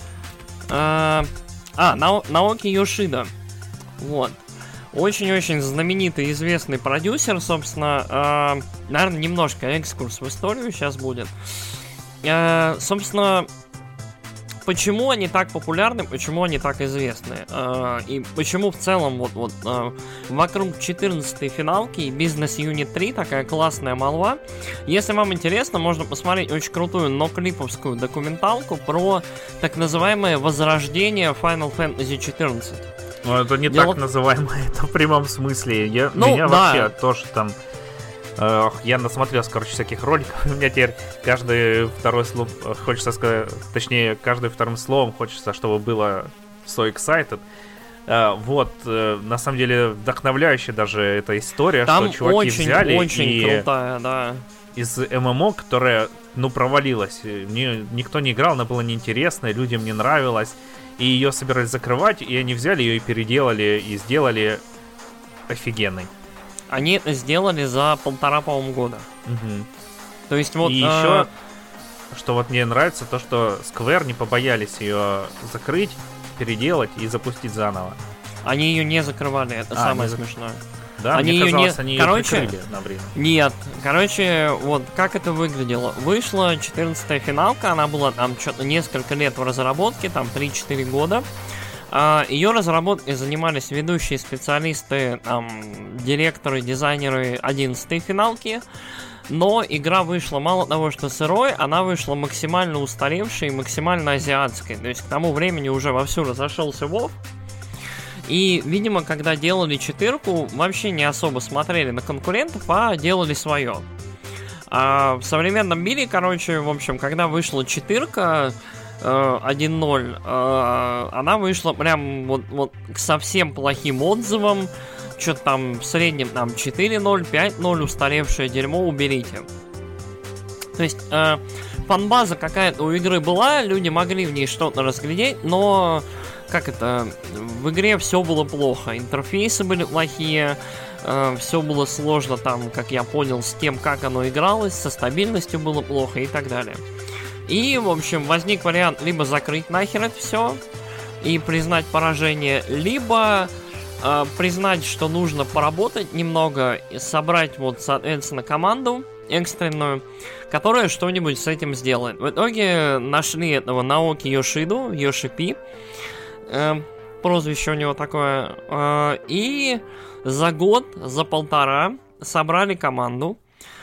Э, а, Нао, Наоки Йошида. Вот. Очень-очень знаменитый, известный продюсер, собственно, э, наверное, немножко экскурс в историю сейчас будет. Э, собственно, почему они так популярны, почему они так известны, э, и почему в целом вот, вот э, вокруг четырнадцатой финалки и Business Unit три такая классная молва. Если вам интересно, можно посмотреть очень крутую, но клиповскую документалку про так называемое возрождение Final Fantasy четырнадцать. Ну, это не Дело... так называемое, это в прямом смысле. Я, ну, меня да. вообще тоже там... Э, я насмотрелся, короче, всяких роликов. У меня теперь каждый второй слово... Хочется сказать... Точнее, каждым вторым словом хочется, чтобы было so excited. Э, вот, э, на самом деле, вдохновляющая даже эта история, там что чуваки очень, взяли очень и... крутая, да. Из ММО, которая, ну, провалилась. Мне никто не играл, она была неинтересная, людям не нравилась. И ее собирались закрывать, и они взяли ее и переделали, и сделали офигенной. Они это сделали за полтора, по-моему, года. Угу. То есть вот... И а... еще, что вот мне нравится, то, что Square не побоялись ее закрыть, переделать и запустить заново. Они ее не закрывали, это а, самое не... смешное. Да, они мне казалось, не... они короче, ее прикрыли на время. Нет, короче, вот как это выглядело. Вышла четырнадцатая финалка, она была там что-то несколько лет в разработке, там три-четыре года. А, ее разработкой занимались ведущие специалисты, там, директоры, дизайнеры одиннадцатой финалки. Но игра вышла мало того, что сырой, она вышла максимально устаревшей и максимально азиатской. То есть к тому времени уже вовсю разошелся WoW. И, видимо, когда делали четырку, вообще не особо смотрели на конкурентов, а делали свое. А в современном мире, короче, в общем, когда вышла четырка э, один ноль, э, она вышла прям вот, вот к совсем плохим отзывам. Что-то там в среднем там четыре ноль, пять ноль, устаревшее дерьмо, уберите. То есть э, фан-база какая-то у игры была, люди могли в ней что-то разглядеть, но... Как это? В игре все было плохо. Интерфейсы были плохие. Э, все было сложно там, как я понял, с тем, как оно игралось. Со стабильностью было плохо и так далее. И, в общем, возник вариант либо закрыть нахер это все и признать поражение, либо э, признать, что нужно поработать немного и собрать, вот, соответственно, команду экстренную, которая что-нибудь с этим сделает. В итоге нашли этого Наоки Йошиду, Йоши Пи. Э, прозвище у него такое. Э, и за год, за полтора собрали команду.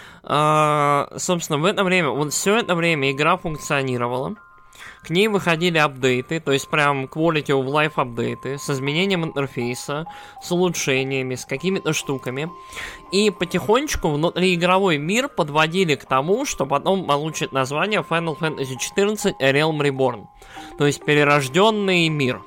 Э, собственно, в это время, вот все это время игра функционировала. К ней выходили апдейты, то есть прям quality of life апдейты с изменением интерфейса, с улучшениями, с какими-то штуками. И потихонечку внутриигровой мир подводили к тому, что потом получит название Final Fantasy четырнадцать Realm Reborn. То есть перерожденный мир.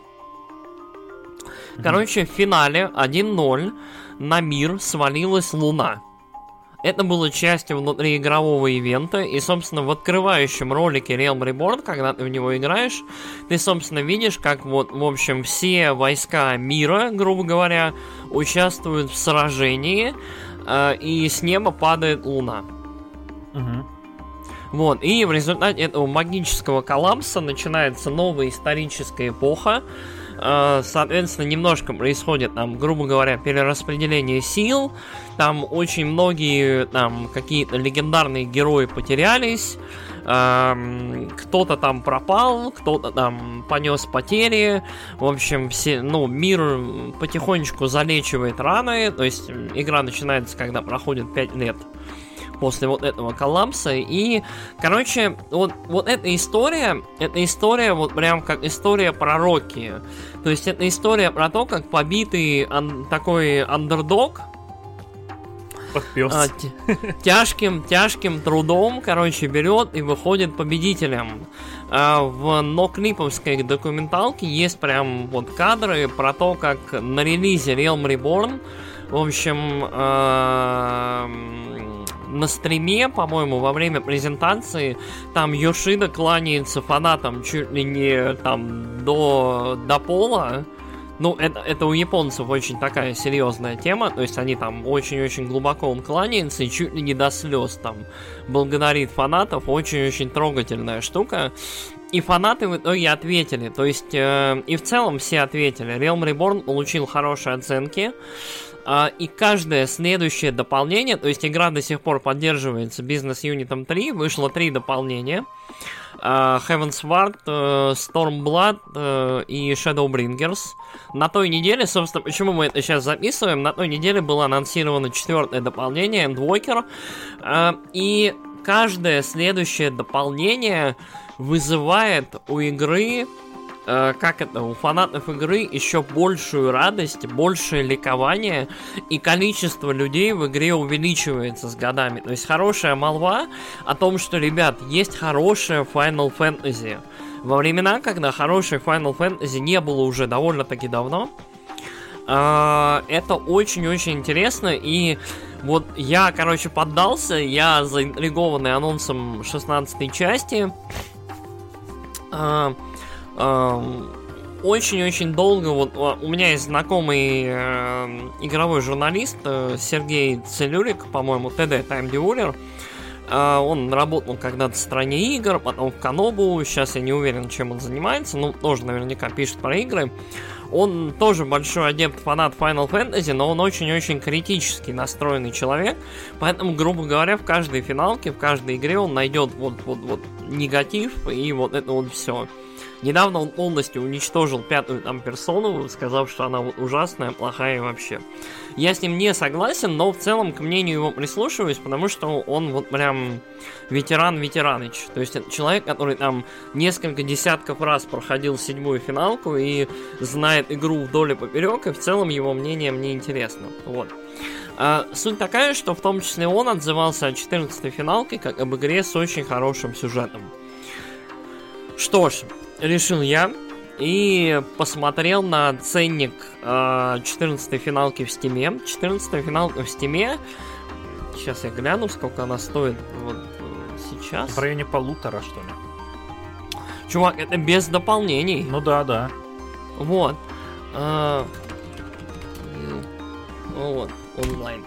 Короче, в финале один ноль на мир свалилась Луна. Это было частью внутриигрового ивента, и, собственно, в открывающем ролике Realm Reborn, когда ты в него играешь, ты, собственно, видишь, как вот, в общем, все войска мира, грубо говоря, участвуют в сражении, э, и с неба падает Луна. Угу. Вот, и в результате этого магического коллапса начинается новая историческая эпоха. Соответственно, немножко происходит там, грубо говоря, перераспределение сил. Там очень многие там какие-то легендарные герои потерялись. Кто-то там пропал, кто-то там понес потери. В общем, все, ну, мир потихонечку залечивает раны. То есть игра начинается, когда проходит пять лет после вот этого коллапса. И, короче, вот, вот эта история, эта история вот прям как история про Рокки. То есть это история про то, как побитый ан- такой андердог а, т- тяжким, тяжким трудом, короче, берет и выходит победителем. А в ноклиповской документалке есть прям вот кадры про то, как на релизе Realm Reborn, в общем, э- на стриме, по-моему, во время презентации, там Йошида кланяется фанатам чуть ли не там до, до пола. Ну, это, это у японцев очень такая серьезная тема, то есть они там очень-очень глубоко он кланяется и чуть ли не до слез там благодарит фанатов, очень-очень трогательная штука. И фанаты в итоге ответили, то есть э, и в целом все ответили. Realm Reborn получил хорошие оценки, э, и каждое следующее дополнение, то есть игра до сих пор поддерживается Business Unit три, вышло три дополнения. Uh, Heavensward, uh, Stormblood uh, и Shadowbringers. На той неделе, собственно, почему мы это сейчас записываем, на той неделе было анонсировано четвертое дополнение, Endwalker, uh, и каждое следующее дополнение вызывает у игры, uh, как это, у фанатов игры еще большую радость, большее ликование, и количество людей в игре увеличивается с годами. То есть хорошая молва о том, что, ребят, есть хорошая Final Fantasy. Во времена, когда хорошей Final Fantasy не было уже довольно-таки давно, uh, это очень-очень интересно, и вот я, короче, поддался, я заинтригованный анонсом шестнадцатой части. Uh, uh, Очень-очень долго, вот у меня есть знакомый э, игровой журналист э, Сергей Целюрик, по-моему, ти ди Time Dealer. Э, он работал когда-то в стране игр, потом в Канобу, сейчас я не уверен, чем он занимается, но тоже наверняка пишет про игры. Он тоже большой адепт, фанат Final Fantasy, но он очень-очень критически настроенный человек, поэтому, грубо говоря, в каждой финалке, в каждой игре он найдет вот-вот-вот негатив, и вот это вот все. Недавно он полностью уничтожил пятую там персону, сказав, что она вот ужасная, плохая и вообще. Я с ним не согласен, но в целом к мнению его прислушиваюсь, потому что он вот прям ветеран-ветераныч. То есть это человек, который там несколько десятков раз проходил седьмую финалку и знает игру вдоль и поперек, и в целом его мнение мне интересно. Вот. А, суть такая, что в том числе он отзывался о четырнадцатой финалке как об игре с очень хорошим сюжетом. Что ж, решил я и посмотрел на ценник э, четырнадцатой финалки в Стиме. четырнадцатая финалка в Стиме. Сейчас я гляну, сколько она стоит вот сейчас. В районе полутора, что ли. Чувак, это без дополнений. Ну да, да. Вот. Э, вот, онлайн.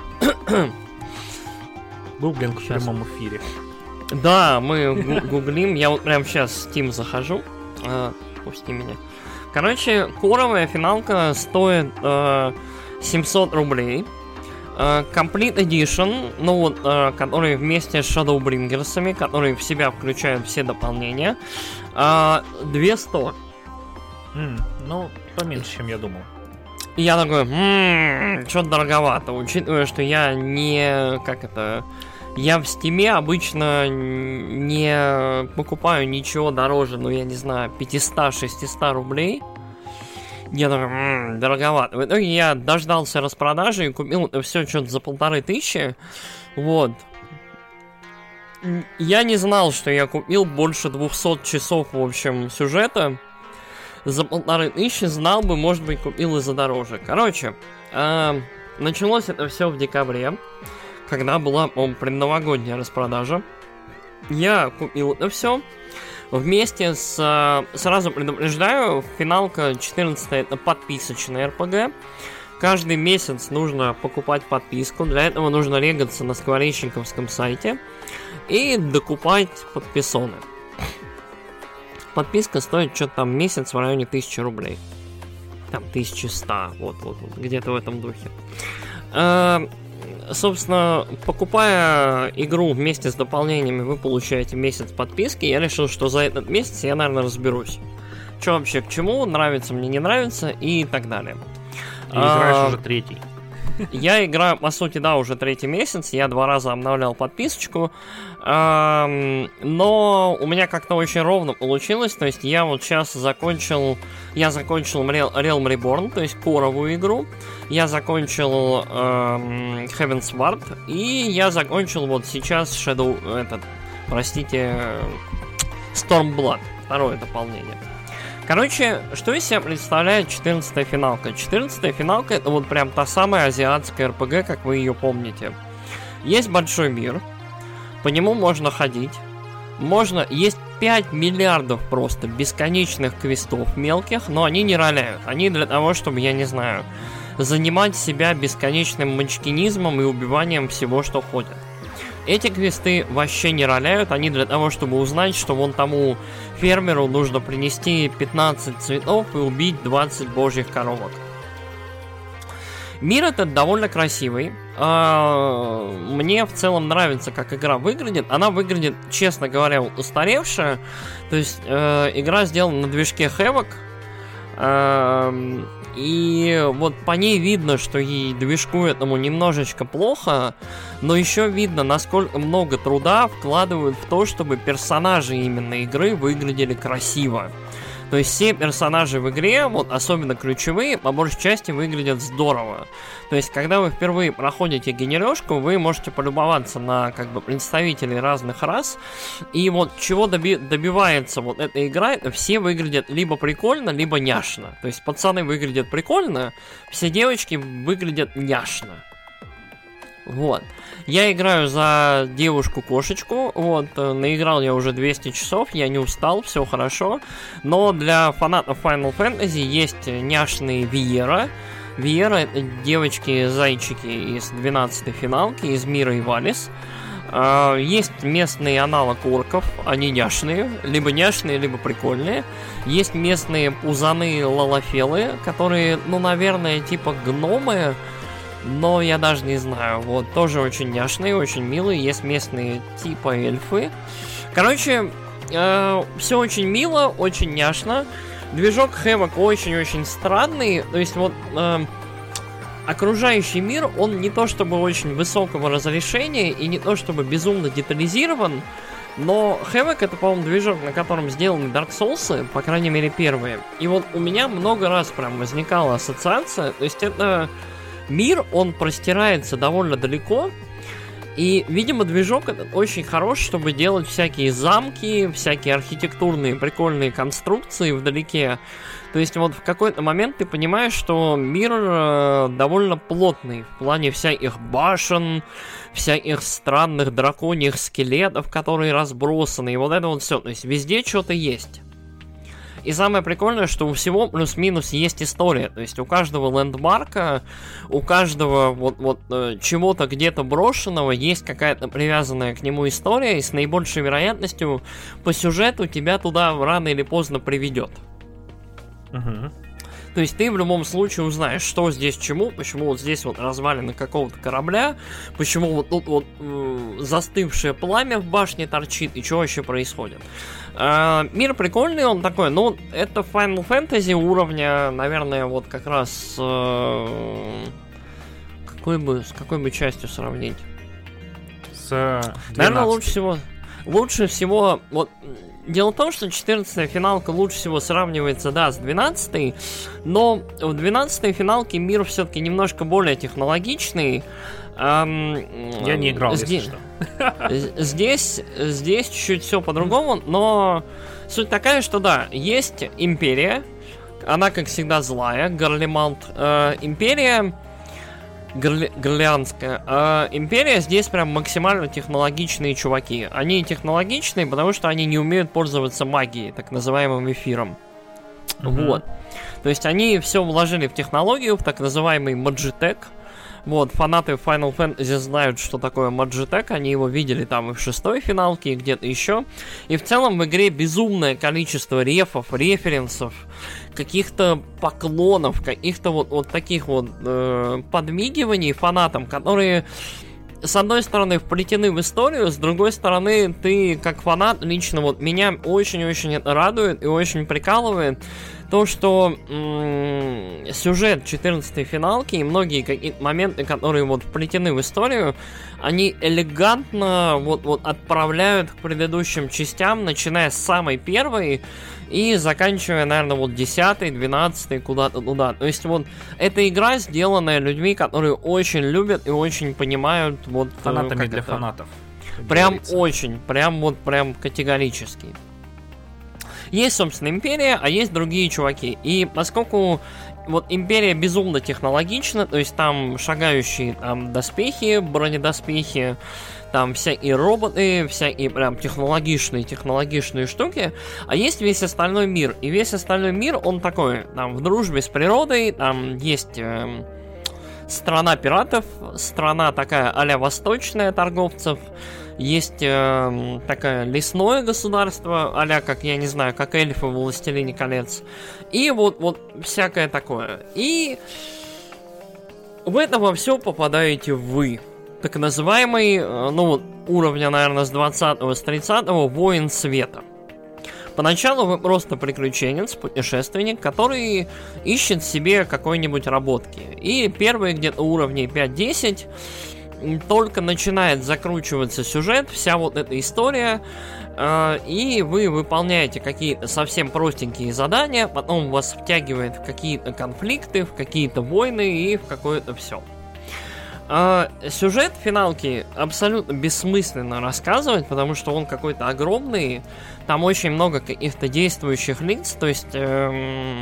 Гуглинг в прямом эфире. Да, мы гу- гуглим. Я вот прямо сейчас в Steam захожу. А, пусти меня. Короче, коровая финалка стоит э, семьсот рублей. Э, Complete Edition, ну вот, э, который вместе с Shadowbringers'ами, которые в себя включают все дополнения, э, двести. Mm, ну, поменьше, чем я думал. И я такой, м-м, что-то дороговато, учитывая, что я не... Как это... Я в Стиме обычно не покупаю ничего дороже, ну, я не знаю, пятьсот-шестьсот рублей. Я такой, м-м, дороговато. В итоге я дождался распродажи и купил это все что-то за полторы тысячи. Вот. Я не знал, что я купил больше двухсот часов, в общем, сюжета. За полторы тысячи, знал бы, может быть, купил и за дороже. Короче, э, началось это все в декабре, когда была, по-моему, предновогодняя распродажа. Я купил это все. Вместе с... Сразу предупреждаю, финалка четырнадцатая это подписочная эр пи джи. Каждый месяц нужно покупать подписку. Для этого нужно регаться на скворечниковском сайте и докупать подписоны. Подписка стоит что-то там месяц в районе тысячи рублей. Там тысяча сто, вот-вот, где-то в этом духе. Э, собственно, покупая игру вместе с дополнениями, вы получаете месяц подписки. Я решил, что за этот месяц я, наверное, разберусь. Что вообще к чему, нравится мне, не нравится и так далее. И играешь а, уже третий. Я играю, по сути, да, уже третий месяц. Я два раза обновлял подписочку. Эм, но у меня как-то очень ровно получилось. То есть я вот сейчас закончил... Я закончил Realm Reborn, то есть коровую игру. Я закончил эм, Heavensward. И я закончил вот сейчас Shadow... Этот, простите... Stormblood. Второе дополнение. Короче, что из себя представляет четырнадцатая финалка? четырнадцатая финалка это вот прям та самая азиатская эр пи джи, как вы ее помните. Есть большой мир, по нему можно ходить, можно... Есть пять миллиардов просто бесконечных квестов мелких, но они не роляют. Они для того, чтобы, я не знаю, занимать себя бесконечным манчкинизмом и убиванием всего, что ходит. Эти квесты вообще не роляют, они для того, чтобы узнать, что вон тому фермеру нужно принести пятнадцать цветов и убить двадцать божьих коровок. Мир этот довольно красивый. Мне в целом нравится, как игра выглядит. Она выглядит, честно говоря, устаревшая. То есть игра сделана на движке Havoc. И вот по ней видно, что ей движку этому немножечко плохо, но еще видно, насколько много труда вкладывают в то, чтобы персонажи именно игры выглядели красиво. То есть все персонажи в игре, вот особенно ключевые, по большей части выглядят здорово. То есть когда вы впервые проходите генерёшку, вы можете полюбоваться на как бы представителей разных рас. И вот чего доби- добивается вот эта игра, это все выглядят либо прикольно, либо няшно. То есть пацаны выглядят прикольно, все девочки выглядят няшно. Вот. Я играю за девушку-кошечку. Вот, наиграл я уже двести часов, я не устал, все хорошо. Но для фанатов Final Fantasy есть няшные Виера. Виера — это девочки-зайчики из двенадцатой финалки, из Мира и Валис. Есть местный аналог орков, они няшные, либо няшные, либо прикольные. Есть местные пузаны-лалафелы, которые, ну, наверное, типа гномы, но я даже не знаю. Вот, тоже очень няшные, очень милые. Есть местные типа эльфы. Короче, э, все очень мило, очень няшно. Движок Havoc очень-очень странный. То есть вот э, окружающий мир, он не то чтобы очень высокого разрешения и не то чтобы безумно детализирован. Но Havoc — это, по-моему, движок, на котором сделаны Dark Souls, по крайней мере, первые. И вот у меня много раз прям возникала ассоциация. То есть это... Мир, он простирается довольно далеко, и, видимо, движок этот очень хорош, чтобы делать всякие замки, всякие архитектурные прикольные конструкции вдалеке. То есть вот в какой-то момент ты понимаешь, что мир э, довольно плотный в плане всяких башен, всяких странных драконьих скелетов, которые разбросаны, и вот это вот все. То есть везде что-то есть. И самое прикольное, что у всего плюс-минус есть история. То есть у каждого лендмарка, у каждого вот, вот чего-то где-то брошенного есть какая-то привязанная к нему история, и с наибольшей вероятностью по сюжету тебя туда рано или поздно приведет. Угу. То есть ты в любом случае узнаешь, что здесь чему, почему вот здесь вот развалины какого-то корабля, почему вот тут вот э, застывшее пламя в башне торчит, и что вообще происходит. Э, мир прикольный, он такой, ну, это Final Fantasy уровня, наверное, вот как раз... Э, какой бы, с какой бы частью сравнить? С двенадцатой. Наверное, лучше всего... Лучше всего... Вот, дело в том, что четырнадцатая финалка лучше всего сравнивается, да, с двенадцатой, но в двенадцатой финалке мир все-таки немножко более технологичный. Эм, Я не играл, здесь, если что. Здесь, здесь чуть-чуть все по-другому, но суть такая, что да, есть империя, она, как всегда, злая, Гарлемалт. Э, империя... Горли... Горлеанская. А империя здесь прям максимально технологичные чуваки. Они технологичные, потому что они не умеют пользоваться магией, так называемым эфиром. Mm-hmm. Вот. То есть они все вложили в технологию, в так называемый Magitech. Вот, фанаты Final Fantasy знают, что такое Magitech, они его видели там и в шестой финалке, и где-то еще. И в целом в игре безумное количество рефов, референсов, каких-то поклонов, каких-то вот, вот таких вот э, подмигиваний фанатам, которые, с одной стороны, вплетены в историю, с другой стороны, ты, как фанат, лично вот меня очень-очень это радует и очень прикалывает. То, что м- сюжет четырнадцатой финалки и многие какие-то моменты, которые вот вплетены в историю, они элегантно вот, вот отправляют к предыдущим частям, начиная с самой первой и заканчивая, наверное, вот десятой, двенадцатой, куда-то туда. То есть вот эта игра, сделанная людьми, которые очень любят и очень понимают вот... Фанатами для это. фанатов. Прям говорится. очень, прям вот прям категорически. Есть, собственно, империя, а есть другие чуваки. И поскольку вот Империя безумно технологична, то есть там шагающие там доспехи, бронедоспехи, там всякие роботы, всякие прям технологичные, технологичные штуки, а есть весь остальной мир, и весь остальной мир, он такой, там, в дружбе с природой, там есть э, страна пиратов, страна такая а-ля восточная торговцев, есть э, такое лесное государство, а-ля, как, я не знаю, как эльфы в «Властелине колец», и вот, вот всякое такое, и в это во все попадаете вы. Так называемый, ну вот, уровня, наверное, с двадцатого, с тридцатого воин света. Поначалу вы просто приключенец, путешественник, который ищет себе какой-нибудь работки. И первые где-то уровней пять-десять только начинает закручиваться сюжет, вся вот эта история, э, и вы выполняете какие-то совсем простенькие задания, потом вас втягивает в какие-то конфликты, в какие-то войны и в какое-то все. А, сюжет финалки абсолютно бессмысленно рассказывать, потому что он какой-то огромный. Там очень много каких-то действующих лиц. То есть эм...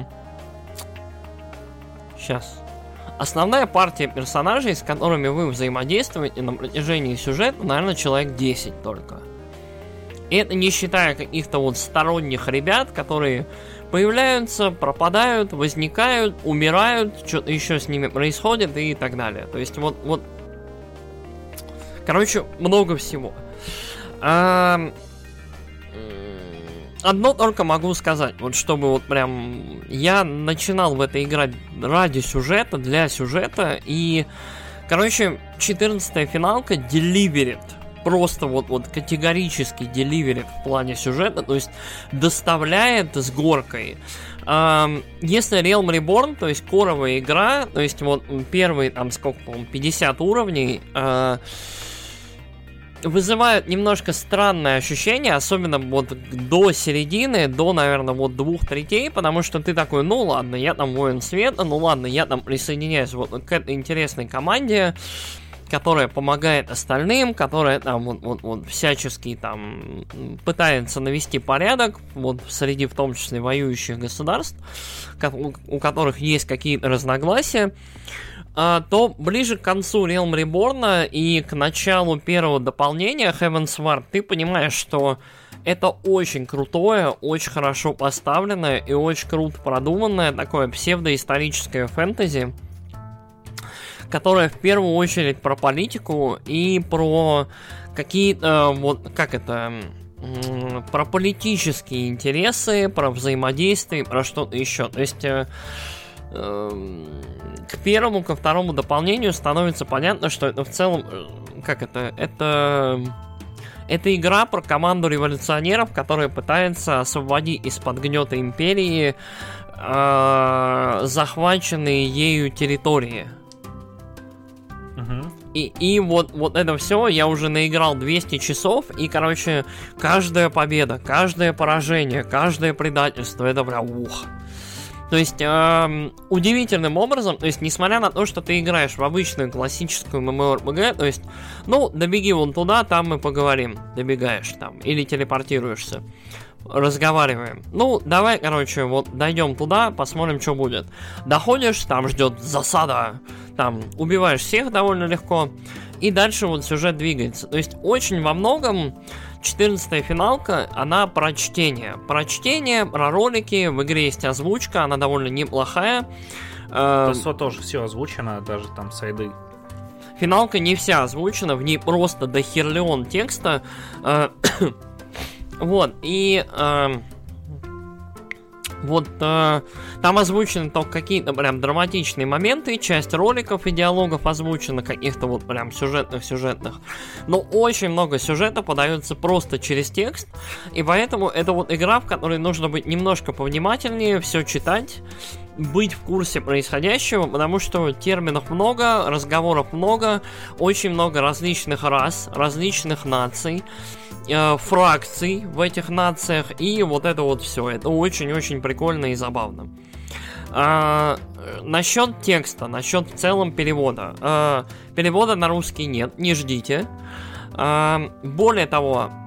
сейчас. Основная партия персонажей, с которыми вы взаимодействуете на протяжении сюжета, наверное, человек десять только. И это не считая каких-то вот сторонних ребят, которые появляются, пропадают, возникают, умирают, что-то еще с ними происходит и так далее. То есть вот, вот, короче, много всего. А... Одно только могу сказать, вот чтобы вот прям я начинал в это играть ради сюжета, для сюжета, и, короче, четырнадцатая финалка деливерит. Просто вот, вот категорически деливерит в плане сюжета, то есть доставляет с горкой. Эм, если Realm Reborn, то есть коровая игра, то есть вот первые там сколько, по-моему, пятьдесят уровней, э, вызывают немножко странное ощущение, особенно вот до середины, до, наверное, вот двух третей, потому что ты такой, ну ладно, я там воин света, ну ладно, я там присоединяюсь вот к этой интересной команде, которая помогает остальным, которая там вот, вот, вот всячески там пытается навести порядок, вот среди в том числе воюющих государств, у, у которых есть какие-то разногласия, а, то ближе к концу Realm Reborn и к началу первого дополнения Heavensward ты понимаешь, что это очень крутое, очень хорошо поставленное и очень круто продуманное такое псевдоисторическое фэнтези, которая в первую очередь про политику и про какие-то, вот, как это, про политические интересы, про взаимодействие, про что-то еще. То есть э, э, к первому, ко второму дополнению становится понятно, что это в целом, как это, это... Это игра про команду революционеров, которая пытается освободить из-под гнета империи э, захваченные ею территории. И, и вот, вот это все, я уже наиграл двести часов, и, короче, каждая победа, каждое поражение, каждое предательство, это прям ух. То есть, эм, удивительным образом, то есть, несмотря на то, что ты играешь в обычную классическую MMORPG, то есть, ну, добеги вон туда, там мы поговорим, добегаешь там, или телепортируешься, разговариваем. Ну, давай, короче, вот дойдем туда, посмотрим, что будет. Доходишь, там ждет засада, там убиваешь всех довольно легко, и дальше вот сюжет двигается. То есть очень во многом четырнадцатая финалка, она про чтение. Про чтение, про ролики, в игре есть озвучка, она довольно неплохая. ТСО тоже все озвучено, даже там сайды. Финалка не вся озвучена, в ней просто дохерлион текста. Вот, и... Вот э, там озвучены только какие-то прям драматичные моменты, часть роликов и диалогов озвучена, каких-то вот прям сюжетных-сюжетных. Но очень много сюжета подается просто через текст, и поэтому это вот игра, в которой нужно быть немножко повнимательнее, все читать, быть в курсе происходящего, потому что терминов много, разговоров много, очень много различных рас, различных наций, э, фракций в этих нациях, и вот это вот все. Это очень-очень прикольно и забавно. А, насчет текста, насчет в целом перевода. А, перевода на русский нет, не ждите. А, более того,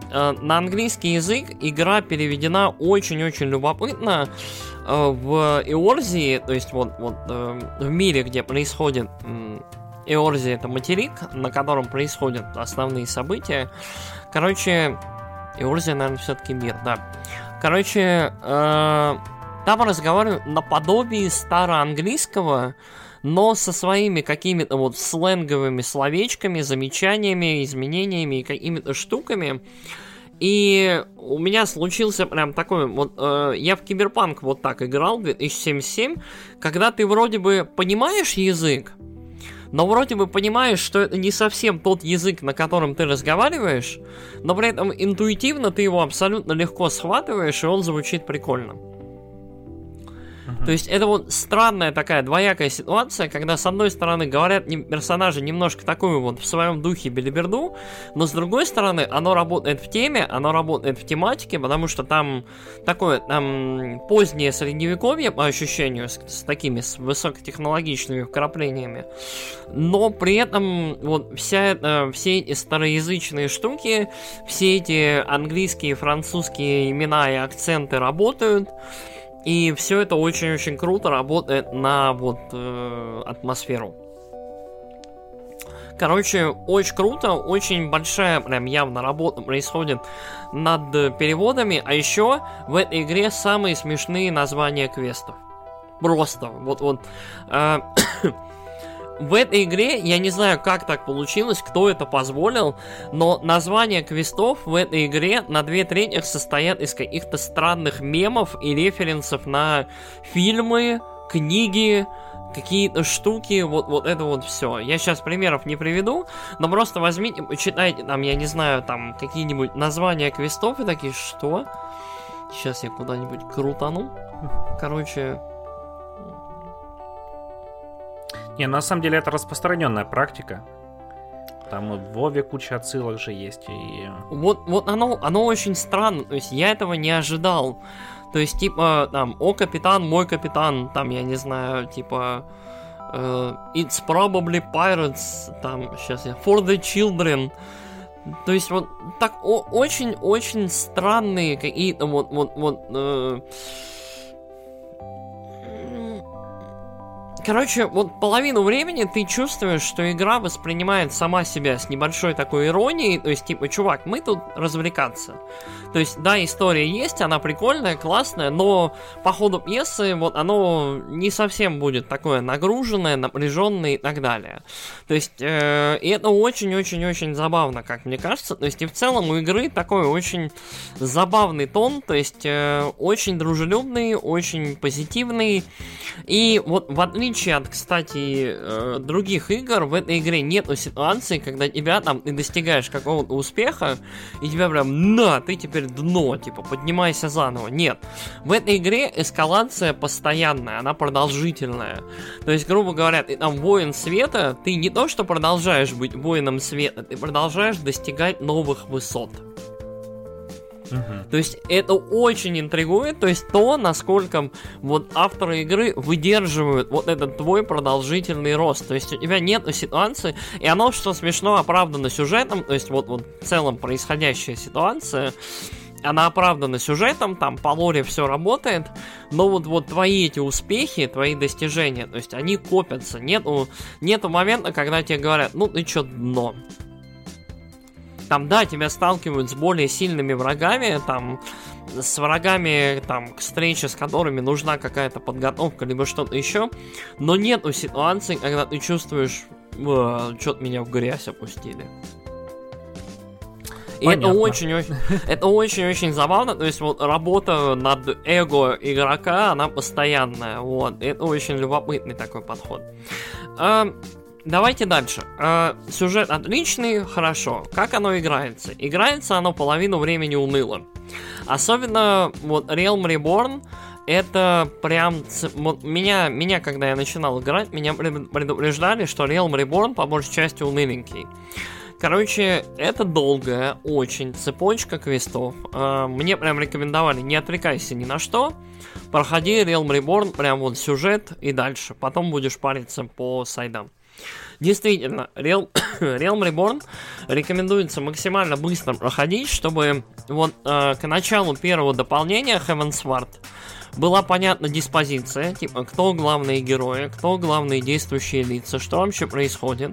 э, на английский язык игра переведена очень-очень любопытно. Э, в Эорзии, то есть вот, вот э, в мире, где происходит... Э, Эорзия — это материк, на котором происходят основные события. Короче, Эорзия, наверное, все-таки мир, да. Короче, э, там разговаривают наподобие староанглийского, но со своими какими-то вот сленговыми словечками, замечаниями, изменениями и какими-то штуками. И у меня случился прям такой вот... Э, я в Киберпанк вот так играл, две тысячи семьдесят семь, когда ты вроде бы понимаешь язык, но вроде бы понимаешь, что это не совсем тот язык, на котором ты разговариваешь, но при этом интуитивно ты его абсолютно легко схватываешь, и он звучит прикольно. Uh-huh. То есть это вот странная такая двоякая ситуация, когда с одной стороны говорят персонажи немножко такую вот в своем духе белиберду, но с другой стороны оно работает в теме, оно работает в тематике, потому что там такое там позднее средневековье по ощущению, с, с такими с высокотехнологичными вкраплениями, но при этом вот вся эта, все эти староязычные штуки, все эти английские, французские имена и акценты работают. И все это очень-очень круто работает на вот э, атмосферу. Короче, очень круто, очень большая прям явно работа происходит над переводами. А еще в этой игре самые смешные названия квестов. Просто, вот, вот. Э, В этой игре, я не знаю, как так получилось, кто это позволил, но названия квестов в этой игре на две трети состоят из каких-то странных мемов и референсов на фильмы, книги, какие-то штуки, вот, вот это вот все. Я сейчас примеров не приведу, но просто возьмите, почитайте там, я не знаю, там какие-нибудь названия квестов и такие, что? Сейчас я куда-нибудь крутану. Короче... Не, на самом деле это распространенная практика. Там и в Вове куча отсылок же есть. И... Вот, вот оно, оно очень странно. То есть я этого не ожидал. То есть, типа, там, о, капитан, мой капитан, там, я не знаю, типа, э, it's probably pirates, там, сейчас я, for the children. То есть, вот так очень-очень странные какие-то вот, вот, вот, э, Короче, вот половину времени ты чувствуешь, что игра воспринимает сама себя с небольшой такой иронией. То есть, типа, чувак, мы тут развлекаться. То есть, да, история есть, она прикольная, классная, но по ходу пьесы вот оно не совсем будет такое нагруженное, напряженное и так далее. То есть, э, и это очень-очень-очень забавно, как мне кажется. То есть, и в целом у игры такой очень забавный тон, то есть, э, очень дружелюбный, очень позитивный. И вот в отличие от, кстати, э, других игр, в этой игре нету ситуации, когда тебя там, ты достигаешь какого-то успеха, и тебя прям, на, ты теперь дно, типа, поднимайся заново. Нет. В этой игре эскалация постоянная, она продолжительная. То есть, грубо говоря, ты там воин света, ты не то что продолжаешь быть воином света, ты продолжаешь достигать новых высот. Uh-huh. То есть это очень интригует, то есть то, насколько вот авторы игры выдерживают вот этот твой продолжительный рост. То есть у тебя нет ситуации, и оно, что смешно, оправдано сюжетом, то есть вот, вот в целом происходящая ситуация, она оправдана сюжетом, там по лоре все работает, но вот, вот твои эти успехи, твои достижения, то есть они копятся. Нету, нету момента, когда тебе говорят, ну ты чё, дно. Там, да, тебя сталкивают с более сильными врагами, там, с врагами, там, к встрече с которыми нужна какая-то подготовка, либо что-то еще, но нету ситуации, когда ты чувствуешь, что-то меня в грязь опустили. И понятно. это очень-очень, это очень-очень забавно, то есть вот работа над эго игрока, она постоянная, вот, это очень любопытный такой подход. Давайте дальше. Э, сюжет отличный, хорошо. Как оно играется? Играется оно половину времени уныло. Особенно вот Realm Reborn, это прям... Вот меня, меня, когда я начинал играть, меня предупреждали, что Realm Reborn по большей части уныленький. Короче, это долгая очень цепочка квестов. Э, мне прям рекомендовали, не отвлекайся ни на что. Проходи Realm Reborn, прям вот сюжет и дальше. Потом будешь париться по сайдам. Действительно, Real, Realm Reborn рекомендуется максимально быстро проходить, чтобы вот э, к началу первого дополнения Heavensward была понятна диспозиция, типа, кто главные герои, кто главные действующие лица, что вообще происходит.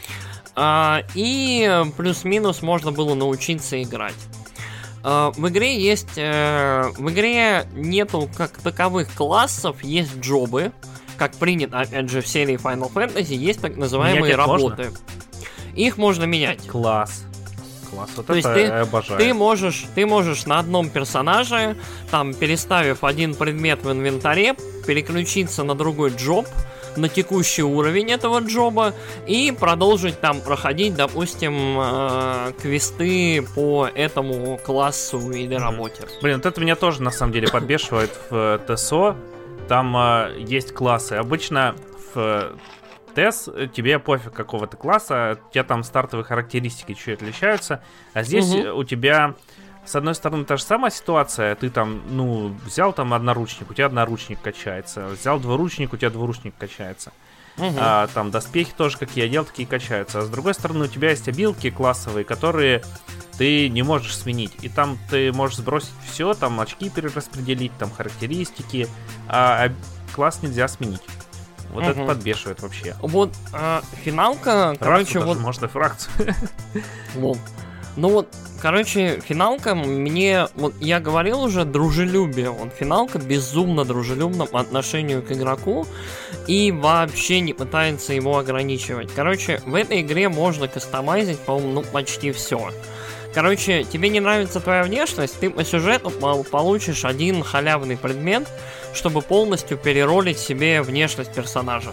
А, и плюс-минус можно было научиться играть. А, в игре есть... А, в игре нету как таковых классов, есть джобы. Как принято, опять же, в серии Final Fantasy, есть так называемые работы. Можно? Их можно менять. Класс. Класс, вот То это есть ты, я обожаю. Ты можешь, ты можешь на одном персонаже, там, переставив один предмет в инвентаре, переключиться на другой джоб, на текущий уровень этого джоба, и продолжить там проходить, допустим, э, квесты по этому классу или работе. Mm-hmm. Блин, вот это меня тоже, на самом деле, подбешивает в ТСО. Там э, есть классы. Обычно в ТЭС тебе пофиг какого ты класса, у тебя там стартовые характеристики чуть отличаются, а здесь угу. у тебя, с одной стороны, та же самая ситуация, ты там, ну, взял там одноручник, у тебя одноручник качается, взял двуручник, у тебя двуручник качается. Угу. А, там доспехи тоже, какие я делал, такие качаются. А с другой стороны, у тебя есть обилки классовые, которые ты не можешь сменить. И там ты можешь сбросить все, там очки перераспределить, там характеристики, а, а класс нельзя сменить. Вот угу. это подбешивает вообще. Вот а, финалка, короче, вот... можно фракцию. Вот. Ну вот, короче, финалка мне... Вот я говорил уже, дружелюбие. Вот финалка безумно дружелюбна по отношению к игроку и вообще не пытается его ограничивать. Короче, в этой игре можно кастомайзить, по-моему, ну, почти все. Короче, тебе не нравится твоя внешность, ты по сюжету получишь один халявный предмет, чтобы полностью переролить себе внешность персонажа.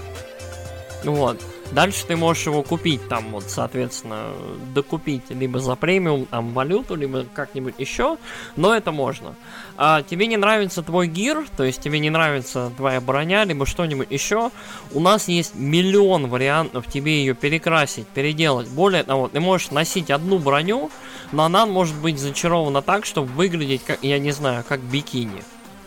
Вот. Дальше ты можешь его купить, там, вот, соответственно, докупить либо за премиум, там, валюту, либо как-нибудь еще, но это можно. А тебе не нравится твой гир, то есть тебе не нравится твоя броня, либо что-нибудь еще, у нас есть миллион вариантов тебе ее перекрасить, переделать. Более того, ты можешь носить одну броню, но она может быть зачарована так, чтобы выглядеть, как, я не знаю, как бикини.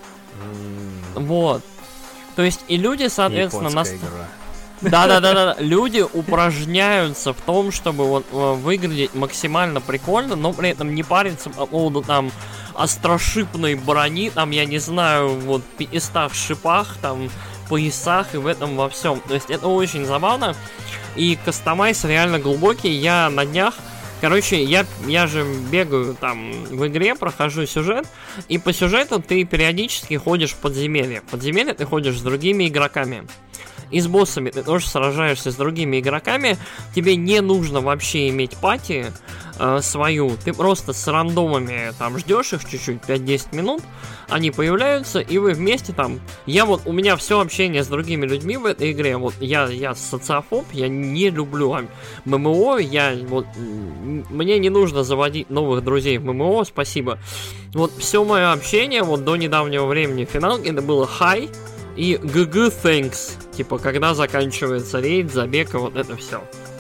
Mm. Вот. То есть и люди, соответственно, нас... Да-да-да-да, люди упражняются в том, чтобы вот выглядеть максимально прикольно, но при этом не париться по поводу там острошипной брони, там, я не знаю, вот пятистах шипах, там, поясах и в этом во всем. То есть это очень забавно, и кастомайз реально глубокий. Я на днях, короче, я, я же бегаю там в игре, прохожу сюжет, и по сюжету ты периодически ходишь в подземелье. В подземелье ты ходишь с другими игроками. И с боссами ты тоже сражаешься с другими игроками. Тебе не нужно вообще иметь пати э, свою. Ты просто с рандомами там ждешь их чуть-чуть, пять-десять минут. Они появляются, и вы вместе там... Я вот, у меня все общение с другими людьми в этой игре. Вот я, я социофоб, я не люблю ММО. Я вот... Мне не нужно заводить новых друзей в ММО, спасибо. Вот все мое общение вот до недавнего времени в финалке это было хай и гг thanks, типа когда заканчивается рейд, забег и вот это все.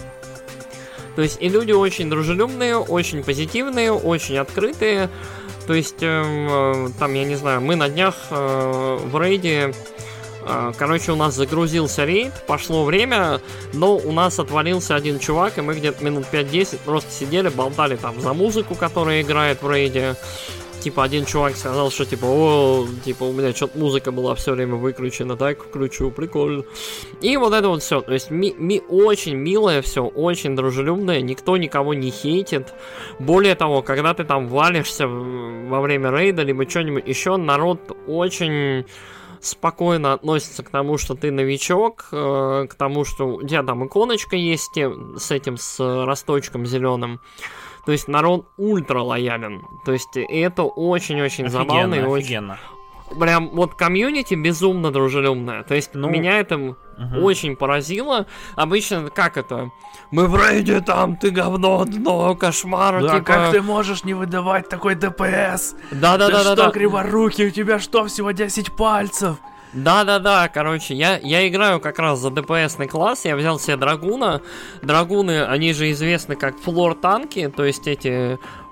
То есть и люди очень дружелюбные, очень позитивные, очень открытые. То есть э, там, я не знаю, мы на днях э, в рейде, э, короче, у нас загрузился рейд, пошло время, но у нас отвалился один чувак, и мы где-то минут пять-десять просто сидели, болтали там за музыку, которая играет в рейде. Типа, один чувак сказал, что типа, о, типа, у меня что-то музыка была все время выключена, так включу, прикольно. И вот это вот все. То есть, ми- ми- очень милое все, очень дружелюбное, никто никого не хейтит. Более того, когда ты там валишься во время рейда, либо что-нибудь еще, народ очень спокойно относится к тому, что ты новичок, э, к тому, что у тебя там иконочка есть с этим, с росточком зеленым. То есть народ ультра лоялен. То есть это очень-очень офигенно, забавно и офигенно. Очень... Прям вот комьюнити безумно дружелюбное. То есть ну... меня это угу. очень поразило. Обычно как это? Мы в рейде там, ты говно, дно, кошмар. Да, типа... как ты можешь не выдавать такой ДПС? Да-да-да. Ты что, да. криворукий, у тебя что, всего десять пальцев? Да-да-да, короче, я, я играю как раз за ДПСный класс, я взял себе драгуна. Драгуны, они же известны как флор-танки, то есть эти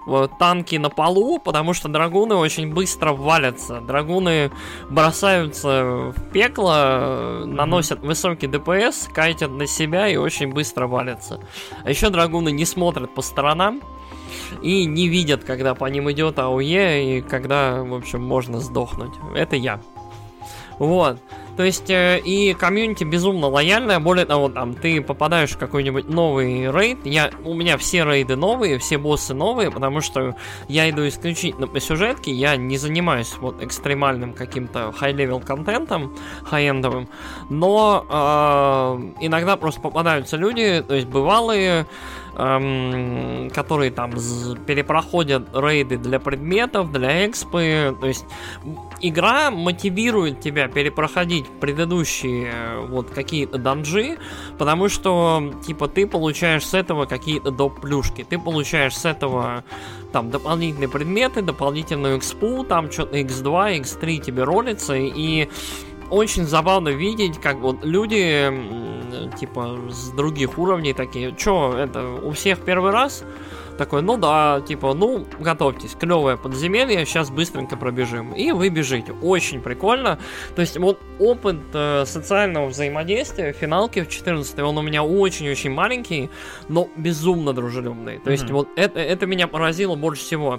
танки на полу, потому что драгуны очень быстро валятся. Драгуны бросаются в пекло, mm-hmm. наносят высокий ДПС, кайтят на себя и очень быстро валятся. А еще драгуны не смотрят по сторонам и не видят, когда по ним идет АОЕ и когда, в общем, можно сдохнуть. Это я. Вот. То есть, э, и комьюнити безумно лояльное. Более того, там, ты попадаешь в какой-нибудь новый рейд. Я, у меня все рейды новые, все боссы новые, потому что я иду исключительно по сюжетке. Я не занимаюсь вот экстремальным каким-то хай-левел контентом, хай-эндовым. Но э, иногда просто попадаются люди, то есть бывалые, эм, которые там з- перепроходят рейды для предметов, для экспы. То есть игра мотивирует тебя перепроходить предыдущие вот какие-то данжи, потому что типа ты получаешь с этого какие-то доп. Плюшки, ты получаешь с этого там дополнительные предметы, дополнительную экспу, там что-то икс два, икс три тебе ролится, и очень забавно видеть, как вот люди типа с других уровней такие, чё, это у всех первый раз? Такой, ну да, типа, ну, готовьтесь, клевое подземелье, сейчас быстренько пробежим. И вы бежите. Очень прикольно. То есть, вот опыт э, социального взаимодействия финалки в четырнадцатой, он у меня очень-очень маленький, но безумно дружелюбный. То есть, mm-hmm. вот это, это меня поразило больше всего.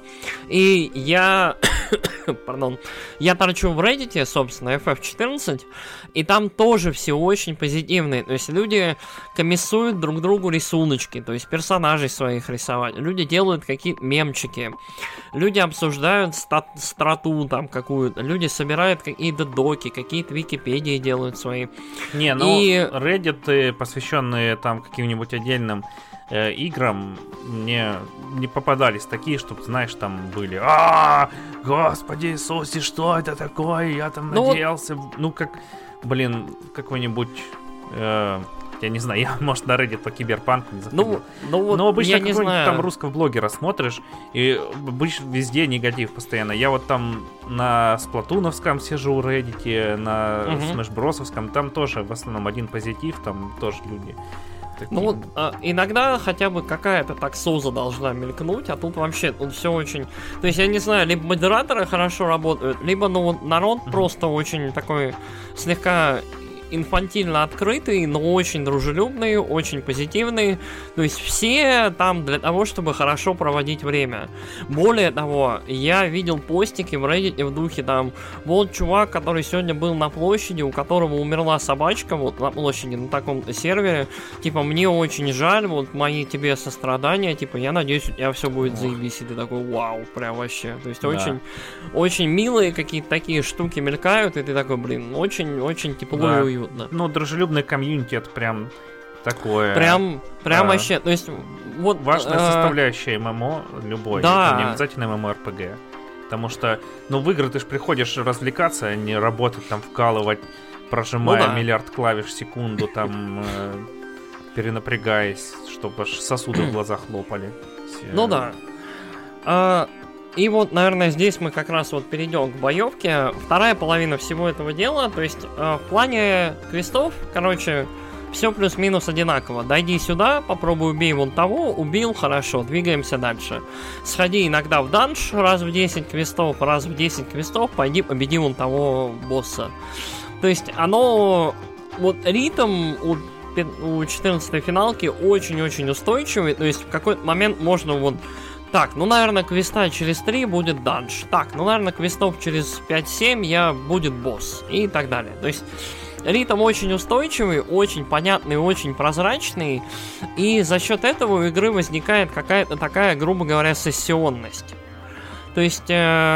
И я, пардон, я торчу в Reddit, собственно, эф эф четырнадцать, и там тоже все очень позитивные. То есть, люди комиссуют друг другу рисуночки, то есть, персонажей своих рисовать. Люди делают какие-то мемчики, люди обсуждают стат- страту там какую-то, люди собирают какие-то доки, какие-то википедии делают свои. Не, ну и... Reddit, посвященные там каким-нибудь отдельным э, играм, мне не попадались такие, чтобы, знаешь, там были: а Господи Иисусе, что это такое? Я там ну, надеялся. Вот... Ну, как, блин, какой-нибудь... Э, Я не знаю, я, может, на Reddit по киберпанку не заходил. Ну, ну вот, но обычно какой-нибудь там русского блогера смотришь, и обычно везде негатив постоянно. Я вот там на сплатуновском сижу в Reddit, на угу. смешбросовском, там тоже в основном один позитив, там тоже люди такие. Ну вот, а, иногда хотя бы какая-то таксоза должна мелькнуть, а тут вообще тут все очень... То есть, я не знаю, либо модераторы хорошо работают, либо, ну, вот народ угу. просто очень такой слегка... инфантильно открытые, но очень дружелюбные, очень позитивные. То есть все там для того, чтобы хорошо проводить время. Более того, я видел постики в Reddit в духе там: вот чувак, который сегодня был на площади, у которого умерла собачка, вот на площади, на таком-то сервере, типа, мне очень жаль, вот мои тебе сострадания, типа, я надеюсь, у тебя все будет заебись. И ты такой: вау, прям вообще. То есть да. очень, очень милые какие-то такие штуки мелькают, и ты такой: блин, очень-очень тепло да. и уютно. Ну, дружелюбное комьюнити — это прям такое. Прям, прям а, вообще, то есть вот важная а... составляющая ММО любой. Да. Это не обязательно ММО-РПГ. Потому что, ну, в игры ты ж приходишь развлекаться, а не работать, там, вкалывать, прожимая ну, да. миллиард клавиш в секунду, там, э, перенапрягаясь, чтобы аж сосуды в глазах лопали. Все. Ну да. А... И вот, наверное, здесь мы как раз вот перейдем к боевке. Вторая половина всего этого дела, то есть э, в плане квестов, короче, все плюс-минус одинаково. Дойди сюда, попробуй убей вон того, убил, хорошо, двигаемся дальше. Сходи иногда в данж раз в десять квестов, раз в десять квестов, пойди победи вон того босса. То есть оно, вот ритм у, у четырнадцатой финалки очень-очень устойчивый, то есть в какой-то момент можно вот... Так, ну, наверное, квеста через три будет данж. Так, ну, наверное, квестов через пять-семь я будет босс. И так далее. То есть ритм очень устойчивый, очень понятный, очень прозрачный. И за счет этого у игры возникает какая-то такая, грубо говоря, сессионность. То есть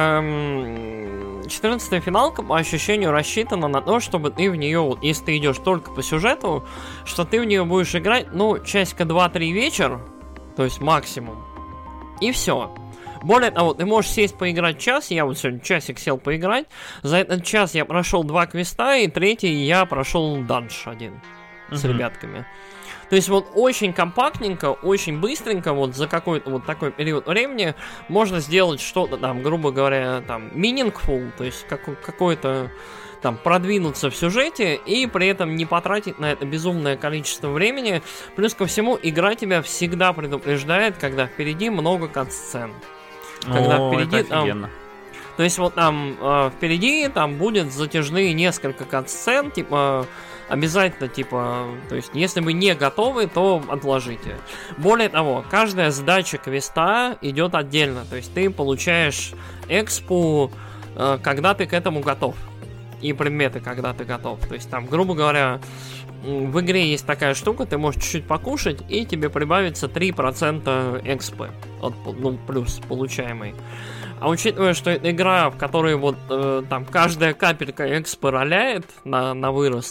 четырнадцатая финалка, по ощущению, рассчитана на то, чтобы ты в нее, вот, если ты идешь только по сюжету, что ты в нее будешь играть, ну, часика два-три вечер, то есть максимум. И все. Более того, ты можешь сесть поиграть час. Я вот сегодня часик сел поиграть. За этот час я прошел два квеста, и третий я прошел данж один uh-huh. с ребятками. То есть вот очень компактненько, очень быстренько, вот за какой-то вот такой период времени можно сделать что-то там, грубо говоря, там, meaningful, то есть как, какое-то там продвинуться в сюжете и при этом не потратить на это безумное количество времени. Плюс ко всему, игра тебя всегда предупреждает, когда впереди много кат-сцен. Когда О, впереди это там... офигенно. То есть вот там э, впереди там будет затяжные несколько кат-сцен, типа обязательно, типа, то есть если вы не готовы, то отложите. Более того, каждая сдача квеста идет отдельно, то есть ты получаешь экспу, э, когда ты к этому готов, и предметы, когда ты готов. То есть там, грубо говоря, в игре есть такая штука, ты можешь чуть-чуть покушать, и тебе прибавится три процента экспы, от, ну, плюс получаемый. А учитывая, что это игра, в которой вот э, там каждая капелька экспы роляет на, на вырост,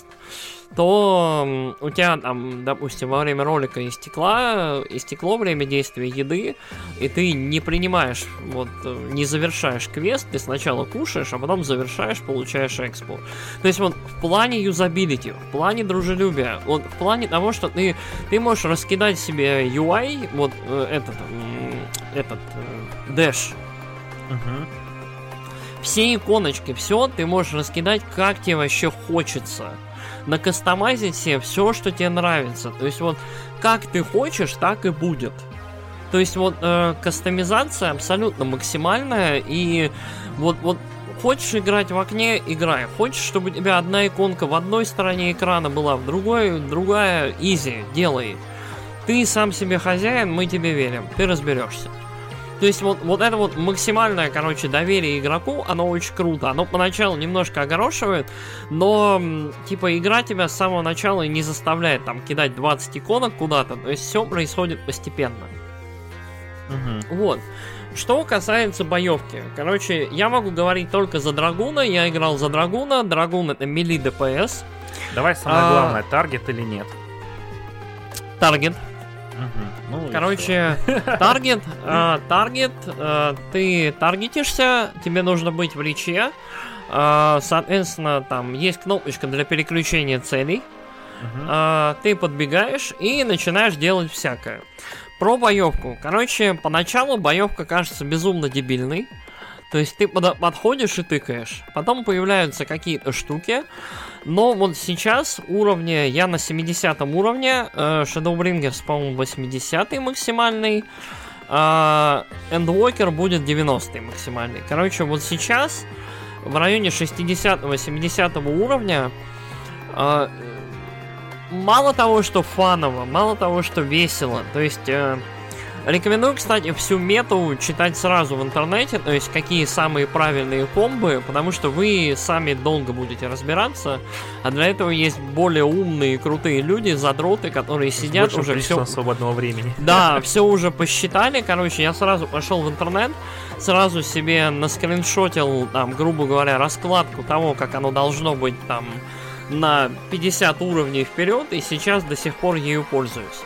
то у тебя там, допустим, во время ролика истекла, истекло время действия еды, и ты не принимаешь, вот, не завершаешь квест, ты сначала кушаешь, а потом завершаешь, получаешь экспу. То есть вот в плане юзабилити, в плане дружелюбия, вот в плане того, что ты, ты можешь раскидать себе ю ай, вот э, этот, э, этот, э, Dash, Угу. все иконочки, все ты можешь раскидать, как тебе вообще хочется. Накастомазить себе все, что тебе нравится. То есть вот как ты хочешь, так и будет. То есть вот э, кастомизация абсолютно максимальная. И вот, вот хочешь играть в окне, играй. Хочешь, чтобы у тебя одна иконка в одной стороне экрана была, в другой, другая, изи, делай. Ты сам себе хозяин, мы тебе верим. Ты разберешься. То есть вот, вот это вот максимальное, короче, доверие игроку, оно очень круто. Оно поначалу немножко огорошивает, но, типа, игра тебя с самого начала не заставляет там кидать двадцать иконок куда-то. То есть все происходит постепенно. Угу. Вот. Что касается боевки. Короче, я могу говорить только за Драгуна. Я играл за Драгуна. Драгун — это мили ДПС. Давай самое а... главное, таргет или нет? Таргет. Угу. Ну, короче, таргет, э, таргет, э, ты таргетишься, тебе нужно быть в рече, э, соответственно, там есть кнопочка для переключения целей, uh-huh. э, ты подбегаешь и начинаешь делать всякое. Про боевку. Короче, поначалу боевка кажется безумно дебильной. То есть ты под- подходишь и тыкаешь. Потом появляются какие-то штуки. Но вот сейчас уровни, я на семидесятом уровне, э, Shadowbringers, по-моему, восьмидесятый максимальный, э, Endwalker будет девяностый максимальный. Короче, вот сейчас в районе шестидесятого-семидесятого уровня э, мало того, что фаново, мало того, что весело, то есть... Э, Рекомендую, кстати, всю мету читать сразу в интернете, то есть какие самые правильные комбы, потому что вы сами долго будете разбираться, а для этого есть более умные и крутые люди, задроты, которые сидят уже все... свободного времени. Да, все уже посчитали, короче, я сразу пошел в интернет, сразу себе наскриншотил, там, грубо говоря, раскладку того, как оно должно быть там на пятьдесят уровней вперед, и сейчас до сих пор ею пользуюсь.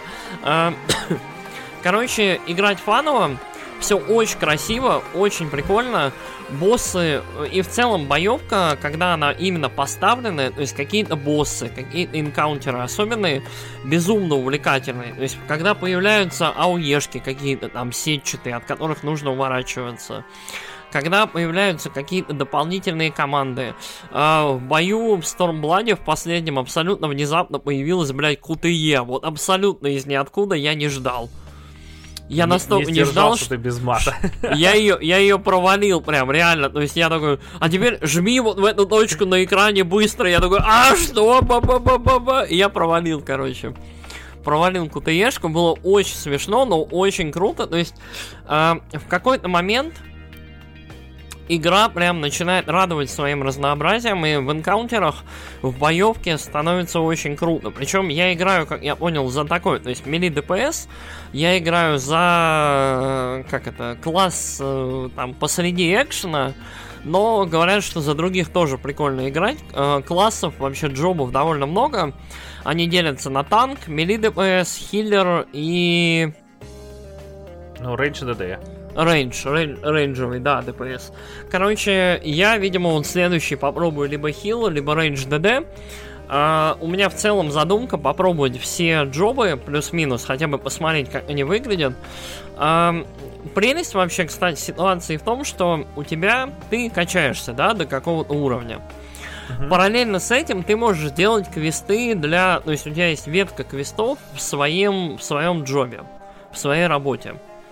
Короче, играть фаново, все очень красиво, очень прикольно. Боссы и в целом боевка, когда она именно поставлена, то есть какие-то боссы, какие-то энкаунтеры особенные, безумно увлекательные. То есть когда появляются ауешки какие-то там сетчатые, от которых нужно уворачиваться. Когда появляются какие-то дополнительные команды. э, В бою в Stormblood в последнем абсолютно внезапно появилась, блядь, КУТЕ. Вот абсолютно из ниоткуда, я не ждал. Я не, настолько не, не ждал, что ты без мата. Я ее, я ее провалил прям, реально. То есть я такой, а теперь жми вот в эту точку на экране быстро. Я такой, а что? Ба-ба-ба-ба-ба. И я провалил, короче. Провалил КУТЕшку. Было очень смешно, но очень круто. То есть э, в какой-то момент игра прям начинает радовать своим разнообразием, и в энкаунтерах, в боевке становится очень круто. Причем я играю, как я понял, за такой, то есть мили ДПС, я играю за, как это, класс там посреди экшена, но говорят, что за других тоже прикольно играть. Классов, вообще джобов довольно много. Они делятся на танк, мили ДПС, хиллер и... Ну, рейндж ДД. Рейндж, рейнджевый, да, ДПС. Короче, я, видимо, вот следующий попробую либо хил, либо рейндж ДД. Uh, у меня в целом задумка попробовать все джобы, плюс-минус, хотя бы посмотреть, как они выглядят. Uh, прелесть вообще, кстати, ситуации в том, что у тебя, ты качаешься, да, до какого-то уровня. Uh-huh. Параллельно с этим ты можешь делать квесты для... То есть у тебя есть ветка квестов в своем, в своем джобе, в своей работе.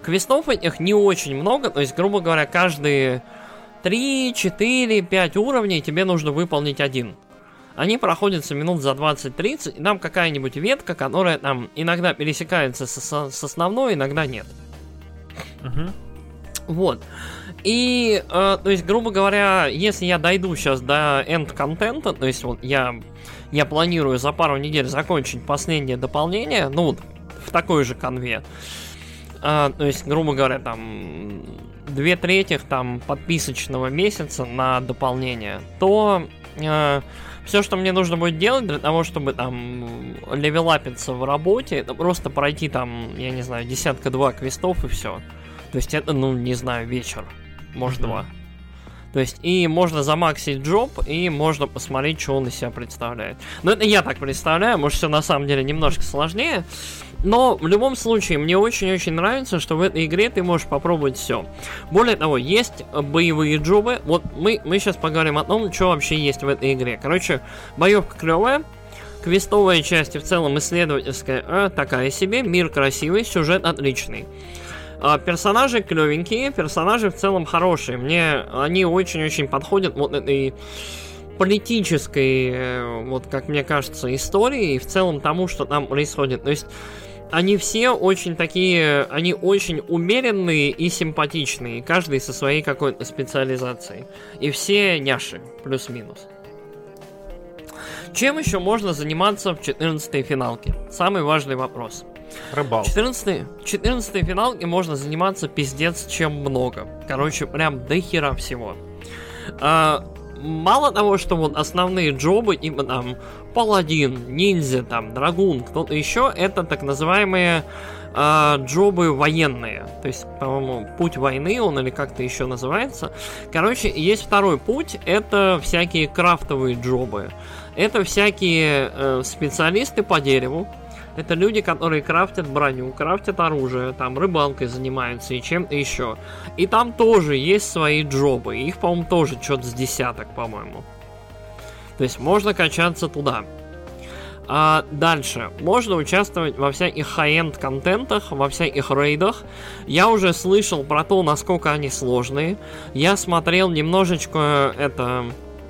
Квестов этих не очень много, то есть, грубо говоря, каждые три, четыре, пять уровней тебе нужно выполнить один. Они проходятся минут за двадцать-тридцать, и там какая-нибудь ветка, которая там иногда пересекается с, с основной, иногда нет. Uh-huh. Вот. И, э, то есть, грубо говоря, если я дойду сейчас до энд-контента, то есть, вот я, я планирую за пару недель закончить последнее дополнение, ну, вот, в такой же конве, э, то есть, грубо говоря, там, две трети там подписочного месяца на дополнение, то э, все, что мне нужно будет делать для того, чтобы там левелапиться в работе, это просто пройти там, я не знаю, десятка-два квестов и все. То есть это, ну, не знаю, вечер. Может, mm-hmm. два. То есть, и можно замаксить джоб, и можно посмотреть, что он из себя представляет. Но это я так представляю, может, все на самом деле немножко сложнее. Но в любом случае, мне очень-очень нравится, что в этой игре ты можешь попробовать все. Более того, есть боевые джобы. Вот мы, мы сейчас поговорим о том, что вообще есть в этой игре. Короче, боевка клевая. Квестовая часть и в целом исследовательская а, такая себе. Мир красивый, сюжет отличный. А, персонажи клевенькие, персонажи в целом хорошие. Мне они очень-очень подходят вот этой политической, вот как мне кажется, истории и в целом тому, что там происходит. То есть они все очень такие, они очень умеренные и симпатичные, каждый со своей какой-то специализацией. И все няши, плюс-минус. Чем еще можно заниматься в четырнадцатой финалке? Самый важный вопрос. Рыбалка. В четырнадцатой финалке можно заниматься пиздец чем много. Короче, прям до хера всего. А, мало того, что вот основные джобы, типа там паладин, ниндзя, там, драгун, кто-то еще, это так называемые а, джобы военные. То есть, по-моему, путь войны, он или как-то еще называется. Короче, есть второй путь, это всякие крафтовые джобы. Это всякие э, специалисты по дереву. Это люди, которые крафтят броню, крафтят оружие, там рыбалкой занимаются и чем-то еще. И там тоже есть свои джобы. Их, по-моему, тоже что-то с десяток, по-моему. То есть можно качаться туда. А дальше. Можно участвовать во всяких хай-энд контентах, во всяких рейдах. Я уже слышал про то, насколько они сложные. Я смотрел немножечко это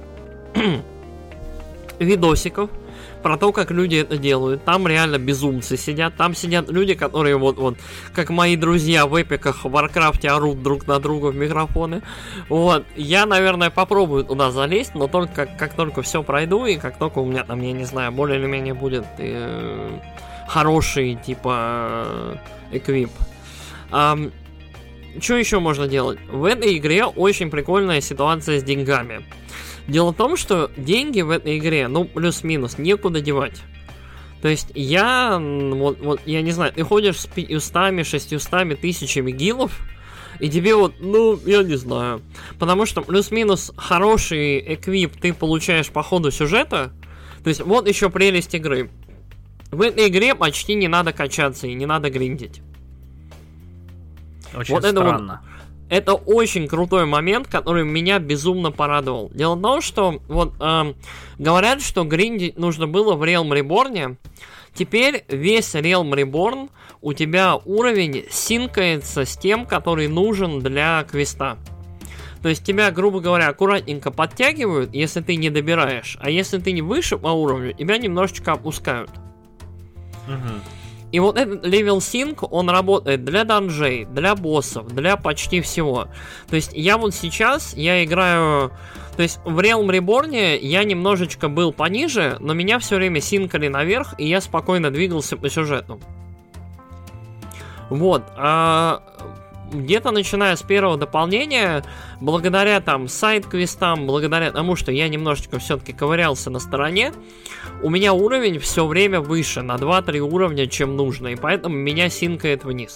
видосиков про то, как люди это делают. Там реально безумцы сидят. Там сидят люди, которые вот, вот как мои друзья в эпиках в Варкрафте орут друг на друга в микрофоны. Вот. Я, наверное, попробую туда залезть, но только как, как только все пройду, и как только у меня там, я не знаю, более или менее будет э, хороший, типа, э, эквип. А, что еще можно делать? В этой игре очень прикольная ситуация с деньгами. Дело в том, что деньги в этой игре, ну, плюс-минус, некуда девать. То есть я, вот, вот, я не знаю, ты ходишь с пятьюстами-шестьюстами тысячами гилов, и тебе вот, ну, я не знаю. Потому что плюс-минус хороший эквип ты получаешь по ходу сюжета. То есть вот еще прелесть игры. В этой игре почти не надо качаться и не надо гриндить. Очень вот странно. Это вот, это очень крутой момент, который меня безумно порадовал. Дело в том, что вот э, говорят, что гриндить нужно было в Realm Reborn. Теперь весь Realm Reborn у тебя уровень синкается с тем, который нужен для квеста. То есть тебя, грубо говоря, аккуратненько подтягивают, если ты не добираешь. А если ты не выше по уровню, тебя немножечко опускают. Угу. И вот этот level sync, он работает для данжей, для боссов, для почти всего. То есть я вот сейчас, я играю... То есть в Realm Reborn я немножечко был пониже, но меня все время синкали наверх, и я спокойно двигался по сюжету. Вот. А где-то начиная с первого дополнения, благодаря там сайд-квестам, благодаря тому, что я немножечко все-таки ковырялся на стороне, у меня уровень все время выше, на два-три уровня, чем нужно, и поэтому меня синкает вниз.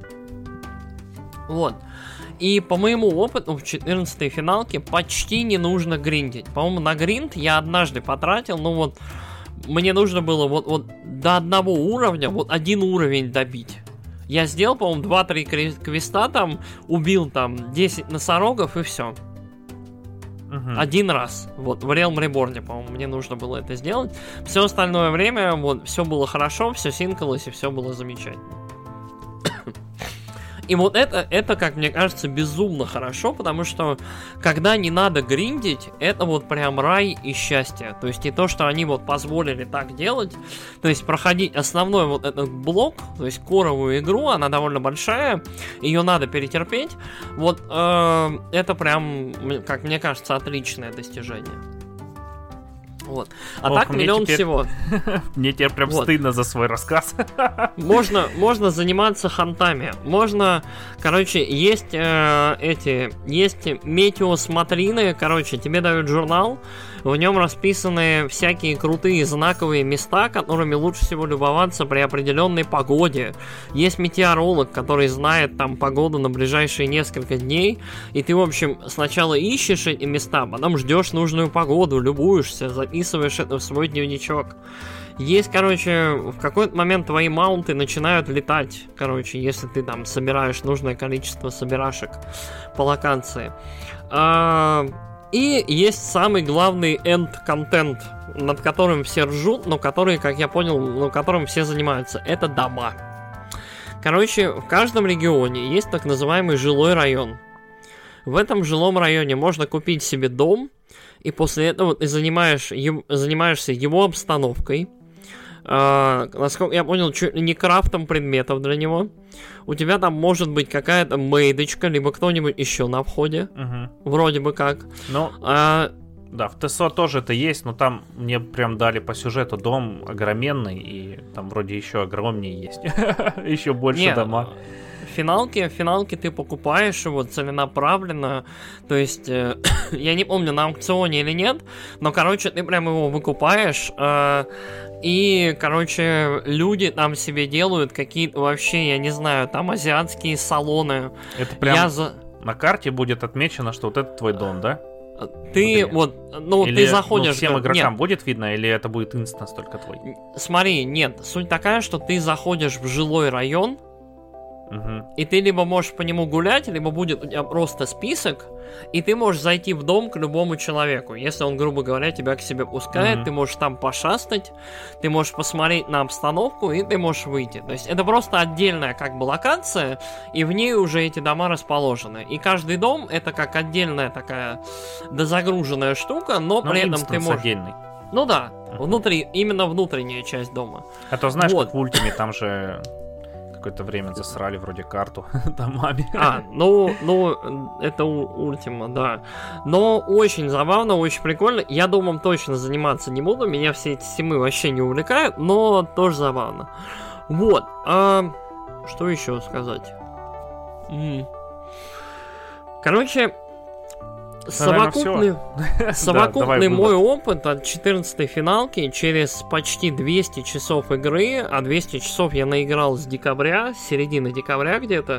Вот. И по моему опыту в четырнадцатой финалке почти не нужно гриндить. По-моему, на гринд я однажды потратил, ну вот, мне нужно было вот, вот до одного уровня, вот один уровень добить. Я сделал, по-моему, два-три квеста там, убил там десять носорогов и все. Uh-huh. Один раз. Вот, в Realm Reborn, по-моему, мне нужно было это сделать. Все остальное время, вот, все было хорошо, все синкалось и все было замечательно. И вот это, это, как мне кажется, безумно хорошо, потому что когда не надо гриндить, это вот прям рай и счастье. То есть и то, что они вот позволили так делать, то есть проходить основной вот этот блок, то есть коровую игру, она довольно большая, ее надо перетерпеть. Вот э, это прям, как мне кажется, отличное достижение. Вот. А Ох, так миллион теперь... всего. Мне теперь прям вот. Стыдно за свой рассказ. Можно, можно заниматься хантами. Можно, короче, есть э, эти, есть метеосмотрины, короче, тебе дают журнал, в нем расписаны всякие крутые знаковые места, которыми лучше всего любоваться при определенной погоде. Есть метеоролог, который знает там погоду на ближайшие несколько дней, и ты, в общем, сначала ищешь эти места, потом ждешь нужную погоду, любуешься, записываешь это в свой дневничок. Есть, короче, в какой-то момент твои маунты начинают летать, короче, если ты там собираешь нужное количество собирашек по локации. А... И есть самый главный end-контент, над которым все ржут, но который, как я понял, ну, которым все занимаются. Это дома. Короче, в каждом регионе есть так называемый жилой район. В этом жилом районе можно купить себе дом, и после этого ты занимаешь, занимаешься его обстановкой. Uh, насколько я понял, чуть ли не крафтом предметов для него. У тебя там может быть какая-то мейдочка, либо кто-нибудь еще на входе. Uh-huh. Вроде бы как. Ну, uh, да, в ТСО тоже это есть, но там мне прям дали по сюжету дом огроменный, и там вроде еще огромнее есть. Еще больше дома. Финалки, финалки ты покупаешь его целенаправленно. То есть, э, я не помню, на аукционе или нет, но, короче, ты прям его выкупаешь, э, и, короче, люди там себе делают какие-то вообще, я не знаю, там азиатские салоны. Это прям я за... на карте будет отмечено, что вот это твой дом, да? Ты вот, ну, или, ты заходишь... Ну, всем игрокам нет. Будет видно, или это будет инстанс только твой? Смотри, нет, суть такая, что ты заходишь в жилой район, угу. и ты либо можешь по нему гулять, либо будет у тебя просто список, и ты можешь зайти в дом к любому человеку. Если он, грубо говоря, тебя к себе пускает, угу. ты можешь там пошастать, ты можешь посмотреть на обстановку, и ты можешь выйти. То есть это просто отдельная как бы локация, и в ней уже эти дома расположены. И каждый дом это как отдельная такая дозагруженная штука, но, но при этом ты можешь... отдельный. Ну да, внутри, именно внутренняя часть дома. А то знаешь, вот. Как в Ультиме, там же... какое-то время засрали вроде карту домами. А, ну, ну, это Ультима, да. Но очень забавно, очень прикольно. Я домом точно заниматься не буду, меня все эти симы вообще не увлекают, но тоже забавно. Вот. А, что еще сказать? М-м. Короче, совокупный, совокупный да, мой опыт от четырнадцатой финалки через почти двести часов игры, а двести часов я наиграл с декабря, с середины декабря где-то,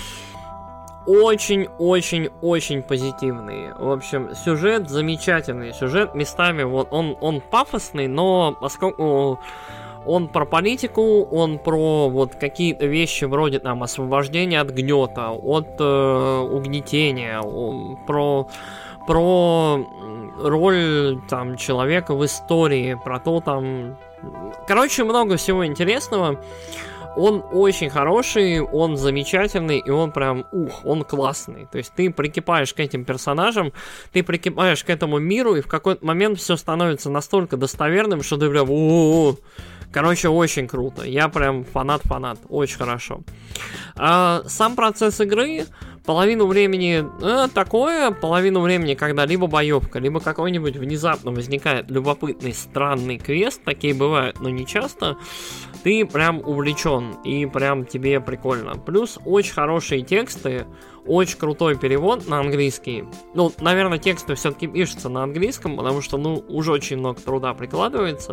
очень-очень-очень позитивный. В общем, сюжет замечательный, сюжет местами, вот он, он пафосный, но поскольку он про политику, он про вот какие-то вещи вроде там освобождения от гнета, от э, угнетения, он, про, про роль там человека в истории, про то там... Короче, много всего интересного. Он очень хороший, он замечательный, и он прям, ух, он классный. То есть ты прикипаешь к этим персонажам, ты прикипаешь к этому миру, и в какой-то момент все становится настолько достоверным, что ты прям... У-у-у. Короче, очень круто. Я прям фанат-фанат. Очень хорошо. А, сам процесс игры, половину времени э, такое, половину времени, когда либо боевка, либо какой-нибудь внезапно возникает любопытный, странный квест, такие бывают, но не часто, ты прям увлечен, и прям тебе прикольно. Плюс очень хорошие тексты, очень крутой перевод на английский. Ну, наверное, тексты все-таки пишутся на английском, потому что, ну, уже очень много труда прикладывается.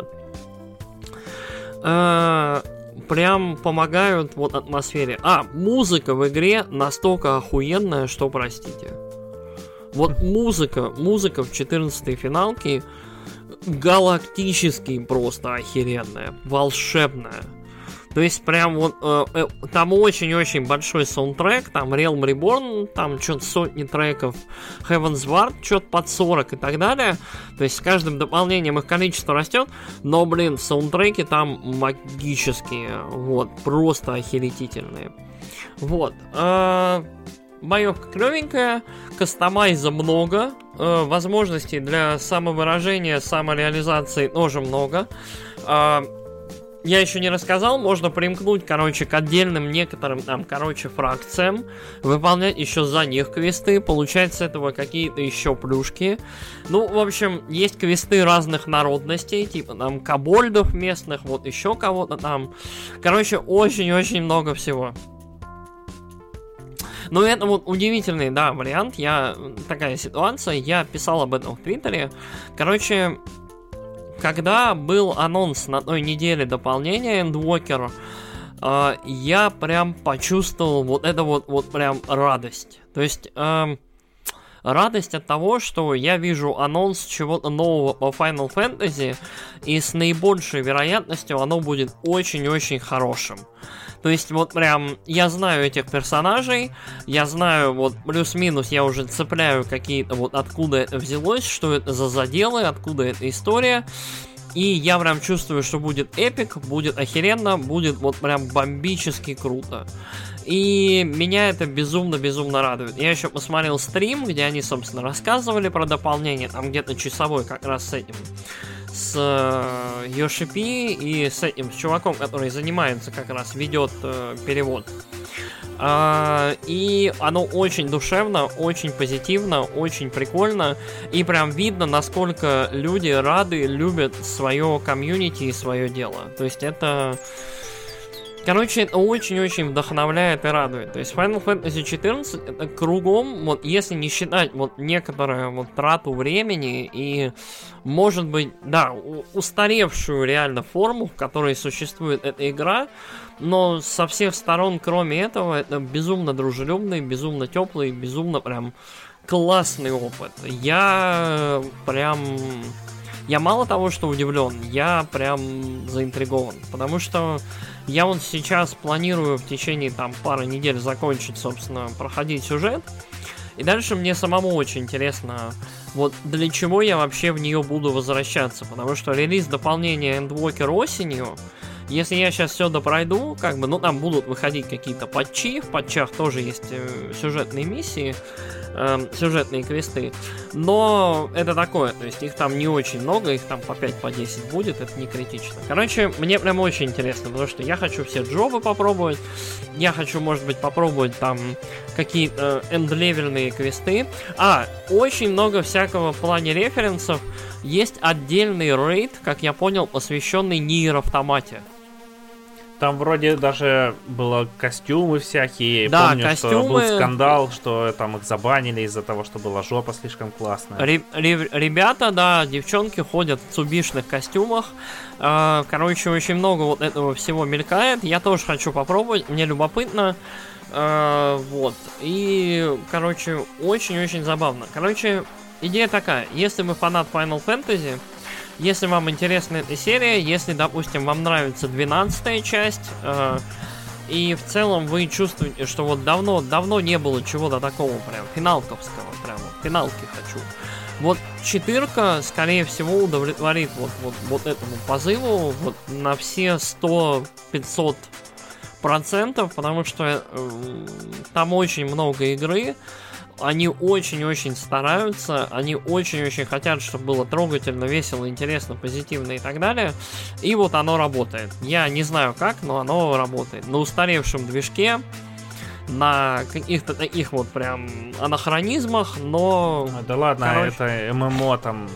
Uh, прям помогают вот атмосфере. А, музыка в игре настолько охуенная, что простите. Вот музыка, музыка в четырнадцатой финалке галактически просто охеренная, волшебная. То есть прям вот э, э, там очень-очень большой саундтрек, там Realm Reborn, там что-то сотни треков, Heaven's Ward, что-то под сорок и так далее. То есть с каждым дополнением их количество растет, но, блин, саундтреки там магические, вот, просто охерительные. Вот. Э, боевка клевенькая, кастомайза много, э, возможностей для самовыражения, самореализации тоже много. Э, Я еще не рассказал, можно примкнуть, короче, к отдельным некоторым там, короче, фракциям, выполнять еще за них квесты, получать с этого какие-то еще плюшки. Ну, в общем, есть квесты разных народностей, типа там кобольдов местных, вот еще кого-то там. Короче, очень-очень много всего. Ну, это вот удивительный, да, вариант. Я, такая ситуация, я писал об этом в Твиттере. Короче, когда был анонс на той неделе дополнения Endwalker, э, я прям почувствовал вот это вот, вот прям радость. То есть, э, радость от того, что я вижу анонс чего-то нового по Final Fantasy, и с наибольшей вероятностью оно будет очень-очень хорошим. То есть вот прям я знаю этих персонажей, я знаю вот плюс-минус, я уже цепляю какие-то вот откуда это взялось, что это за заделы, откуда эта история. И я прям чувствую, что будет эпик, будет охеренно, будет вот прям бомбически круто. И меня это безумно-безумно радует. Я еще посмотрел стрим, где они, собственно, рассказывали про дополнение, там где-то часовой как раз с этим, с э, Йошипи и с этим, с чуваком, который занимается как раз, ведет э, перевод. А, и оно очень душевно, очень позитивно, очень прикольно. И прям видно, насколько люди рады, любят свое комьюнити и свое дело. То есть это... Короче, это очень-очень вдохновляет и радует. То есть Final Fantasy четырнадцать это кругом, вот если не считать вот некоторую вот трату времени и, может быть, да, устаревшую реально форму, в которой существует эта игра, но со всех сторон, кроме этого, это безумно дружелюбный, безумно теплый, безумно прям классный опыт. Я прям... Я мало того, что удивлен, я прям заинтригован, потому что я вот сейчас планирую в течение там пары недель закончить, собственно, проходить сюжет, и дальше мне самому очень интересно, вот для чего я вообще в нее буду возвращаться, потому что релиз дополнения Endwalker осенью, если я сейчас все допройду, как бы, ну там будут выходить какие-то патчи, в патчах тоже есть э, сюжетные миссии, э, сюжетные квесты, но это такое, то есть их там не очень много, их там по пять, по десять будет, это не критично. Короче, мне прям очень интересно, потому что я хочу все джобы попробовать, я хочу, может быть, попробовать там какие-то энд-левельные квесты. А, очень много всякого в плане референсов. Есть отдельный рейд, как я понял, посвященный Ниер Автомате. Там вроде даже было костюмы всякие. Да, помню, костюмы... что был скандал, что там их забанили из-за того, что была жопа слишком классная. Ре- ре- ребята, да, девчонки ходят в цубишных костюмах. Э- короче, очень много вот этого всего мелькает. Я тоже хочу попробовать, мне любопытно. Э- вот. И, короче, очень-очень забавно. Короче, идея такая. Если вы фанат Final Fantasy... Если вам интересна эта серия, если, допустим, вам нравится двенадцатая часть, э, и в целом вы чувствуете, что вот давно, давно не было чего-то такого прям финалковского, прям вот финалки хочу. Вот четырка, скорее всего, удовлетворит вот, вот, вот этому позыву вот на все сто-пятьсот процентов, потому что э, там очень много игры. Они очень-очень стараются, они очень-очень хотят, чтобы было трогательно, весело, интересно, позитивно и так далее. И вот оно работает. Я не знаю как, но оно работает. На устаревшем движке, на каких-то таких вот прям анахронизмах, но... Да ладно, короче... это ММО, там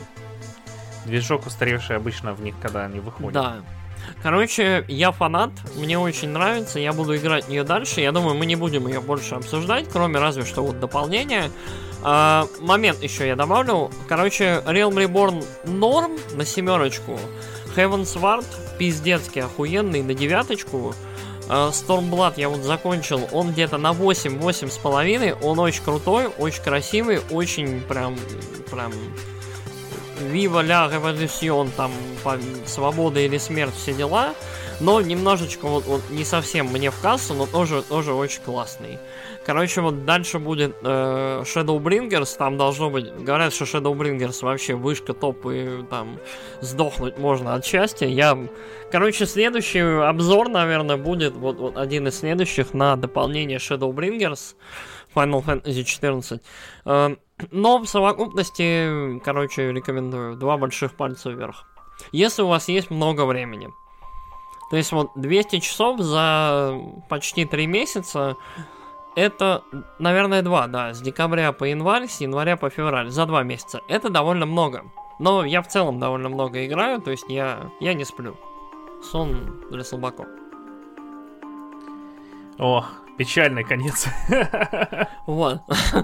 движок устаревший обычно в них, когда они выходят. Да. Короче, я фанат, мне очень нравится, я буду играть в нее дальше. Я думаю, мы не будем ее больше обсуждать, кроме разве что вот дополнения. А, момент еще я добавлю. Короче, Realm Reborn норм на семерочку. Heaven's Ward пиздецки охуенный на девяточку. А, Stormblood я вот закончил, он где-то на восемь-восемь с половиной. Он очень крутой, очень красивый, очень прям, прям Viva la Revolution, там, свобода или смерть, все дела, но немножечко вот, вот не совсем мне в кассу, но тоже, тоже очень классный. Короче, вот дальше будет э, Shadowbringers, там должно быть, говорят, что Shadowbringers вообще вышка топ, и там сдохнуть можно от счастья. Я, короче, следующий обзор, наверное, будет вот, вот один из следующих на дополнение Shadowbringers Final Fantasy четырнадцать. Э, но в совокупности, короче, рекомендую два больших пальца вверх. Если у вас есть много времени. То есть вот двести часов за почти три месяца. Это, наверное, два, да, с декабря по январь, с января по февраль, за два месяца. Это довольно много. Но я в целом довольно много играю, то есть я, я не сплю. Сон для слабаков. О, печальный конец. Вот.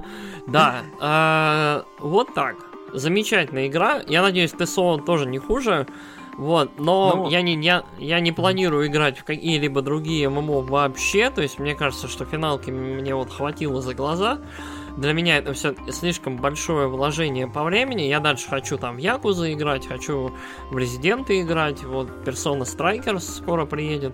Да. Вот так. Замечательная игра. Я надеюсь, ТСО тоже не хуже. Вот, но ну, я, не, я, я не планирую играть в какие-либо другие ММО вообще. То есть мне кажется, что финалки мне вот хватило за глаза. Для меня это все слишком большое вложение по времени. Я дальше хочу там в Якузу играть, хочу в Резиденты играть. Вот Persona Strikers скоро приедет.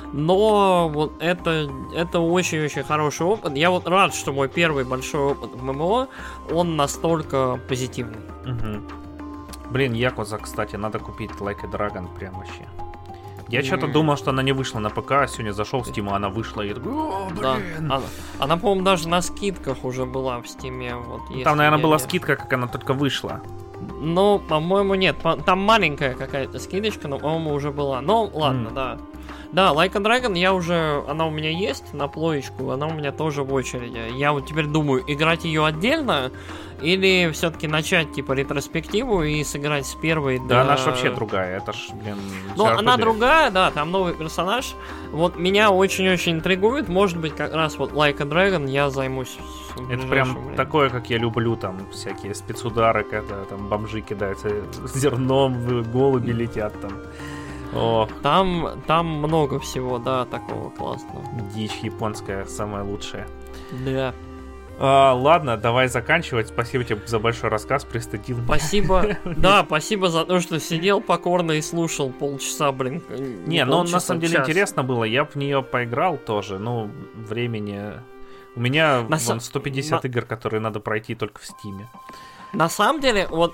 Но вот это, это очень-очень хороший опыт. Я вот рад, что мой первый большой опыт в ММО, он настолько позитивный. Угу. Блин, Якуза, кстати, надо купить Like a Dragon прям вообще. Я mm. что-то думал, что она не вышла на ПК, а сегодня зашел в Steam, а она вышла и такой, о, блин. Да. Она, она, по-моему, даже на скидках уже была в Steam. Вот, там, наверное, была не... скидка, как она только вышла. Ну, по-моему, нет. Там маленькая какая-то скидочка, но, по-моему, уже была. Ну, ладно, mm. да. Да, Like a Dragon я уже... Она у меня есть на плоечку, она у меня тоже в очереди. Я вот теперь думаю, играть ее отдельно или все-таки начать, типа, ретроспективу и сыграть с первой до... Да, она ж вообще другая, это ж, блин... Ну, она другая, да, там новый персонаж. Вот меня очень-очень интригует. Может быть, как раз вот Like a Dragon я займусь... Это прям время. Такое, как я люблю, там, всякие спецудары, когда там бомжи кидаются зерном, голуби летят там. О. Там, там много всего, да, такого классного. Дичь японская, самая лучшая. Да. А, ладно, давай заканчивать. Спасибо тебе за большой рассказ, пристыдил. Спасибо. Да, спасибо за то, что сидел покорно и слушал полчаса, блин. Не, ну на самом деле интересно было. Я в нее поиграл тоже, ну, времени... У меня на вон, сто пятьдесят на... игр, которые надо пройти только в Стиме. На самом деле, вот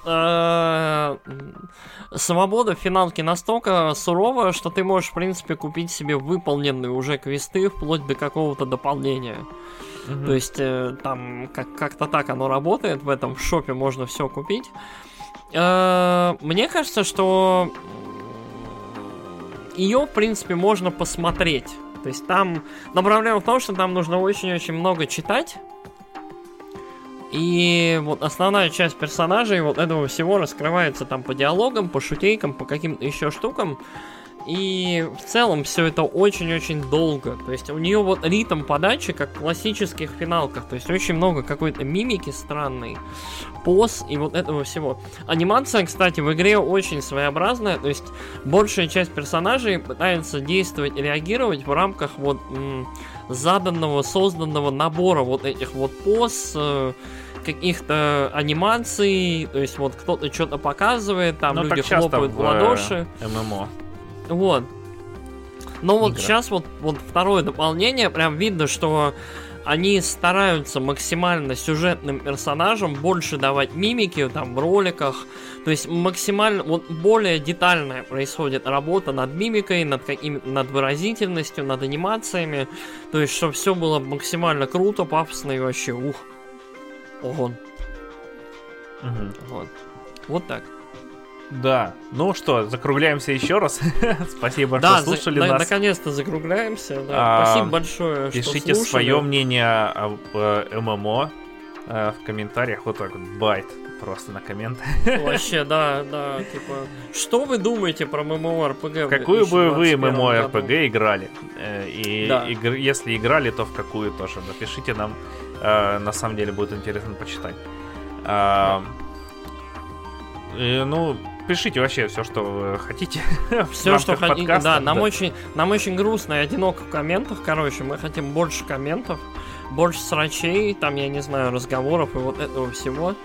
э, свобода в финалке настолько суровая, что ты можешь, в принципе, купить себе выполненные уже квесты вплоть до какого-то дополнения. Mm-hmm. То есть э, там как- как-то так оно работает, в этом шопе можно все купить. Э, мне кажется, что ее, в принципе, можно посмотреть. То есть там... Но проблема в том, что там нужно очень-очень много читать. И вот основная часть персонажей вот этого всего раскрывается там по диалогам, по шутейкам, по каким-то еще штукам. И в целом все это очень-очень долго. То есть у нее вот ритм подачи, как в классических финалках. То есть очень много какой-то мимики странной, поз и вот этого всего. Анимация, кстати, в игре очень своеобразная. То есть большая часть персонажей пытается действовать и реагировать в рамках вот м- заданного, созданного набора вот этих вот поз, э- каких-то анимаций. То есть вот кто-то что-то показывает, там но люди хлопают в ладоши. ММО. Вот. Но вот Игра. сейчас вот, вот второе дополнение, прям видно, что они стараются максимально сюжетным персонажам больше давать мимики там в роликах. То есть максимально, вот более детальная происходит работа над мимикой, над, каким, над выразительностью, над анимациями. То есть, чтобы все было максимально круто, пафосно и вообще ух. Ого. Угу. Вот. Вот так. Да, ну что, закругляемся еще раз. Спасибо, да, что слушали за, нас. На, наконец-то закругляемся. Да. А, Спасибо большое, пишите что свое мнение об э, ММО э, в комментариях. Вот так вот, байт просто на коммент. Вообще, да, да, типа, что вы думаете про ММО-РПГ? Какую бы вы ММО-РПГ играли? Э, и да. игр, если играли, то в какую тоже. Напишите нам, э, на самом деле будет интересно почитать. Э, э, ну... Пишите вообще все, что вы хотите. Все, что хотите. Да, да. Нам, очень, нам очень грустно и одиноко в комментах. Короче, мы хотим больше комментов, больше срачей, там, я не знаю, разговоров и вот этого всего.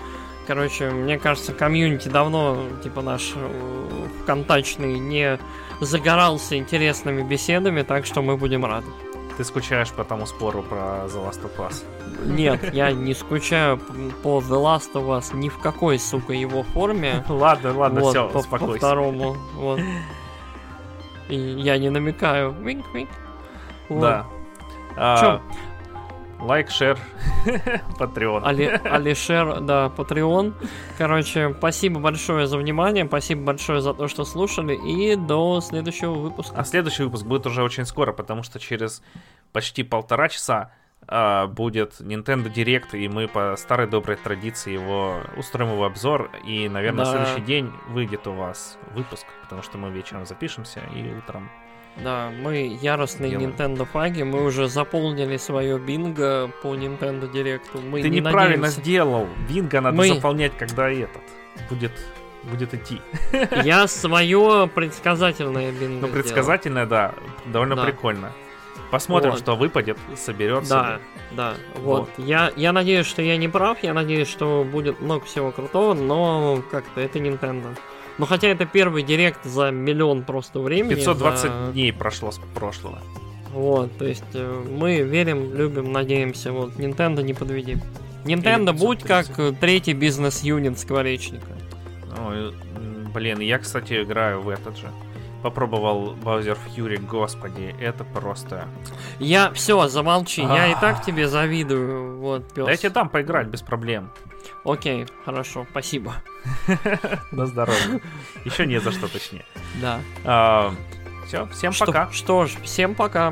короче, мне кажется, комьюнити давно, типа, наш э, ВКонтачный не загорался интересными беседами, так что мы будем рады. Ты скучаешь по тому спору про The Last of Us? Нет, я не скучаю по The Last of Us ни в какой, сука, его форме. Ладно, ладно, вот, все, по, успокойся. По второму, вот. И я не намекаю. Винк-винк. Вот. Да. А, лайк, шер, Patreon. Али, Алишер, да, Patreon. Короче, спасибо большое за внимание, спасибо большое за то, что слушали, и до следующего выпуска. А следующий выпуск будет уже очень скоро, потому что через почти полтора часа а, будет Nintendo Direct, и мы по старой доброй традиции его устроим его обзор, и, наверное, да. на следующий день выйдет у вас выпуск, потому что мы вечером запишемся, и утром... Да, мы яростные Делаем. Nintendo фаги, мы уже заполнили свое бинго по Nintendo Direct. Мы Ты не неправильно надеемся... сделал. Бинго надо мы... заполнять, когда этот будет, будет идти. Я свое предсказательное бинго Ну, предсказательное, да, довольно да. прикольно. Посмотрим, вот. что выпадет, соберется. Да, да, вот. вот. Я, я надеюсь, что я не прав, я надеюсь, что будет много всего крутого, но как-то это Nintendo. Ну, хотя это первый директ за миллион просто времени. пятьсот двадцать за... дней прошло с прошлого. Вот, то есть э, мы верим, любим, надеемся. Вот, Nintendo не подведи. Nintendo будь как третий бизнес-юнит Скворечника. Ой, блин, я, кстати, играю в этот же. Попробовал Bowser Fury, господи, это просто... Я, все, замолчи, я и так тебе завидую, вот, пёс. Да я тебе дам поиграть без проблем. Окей, хорошо, спасибо. На здоровье. Еще не за что, точнее. Да. Все, всем пока. Что ж, всем пока.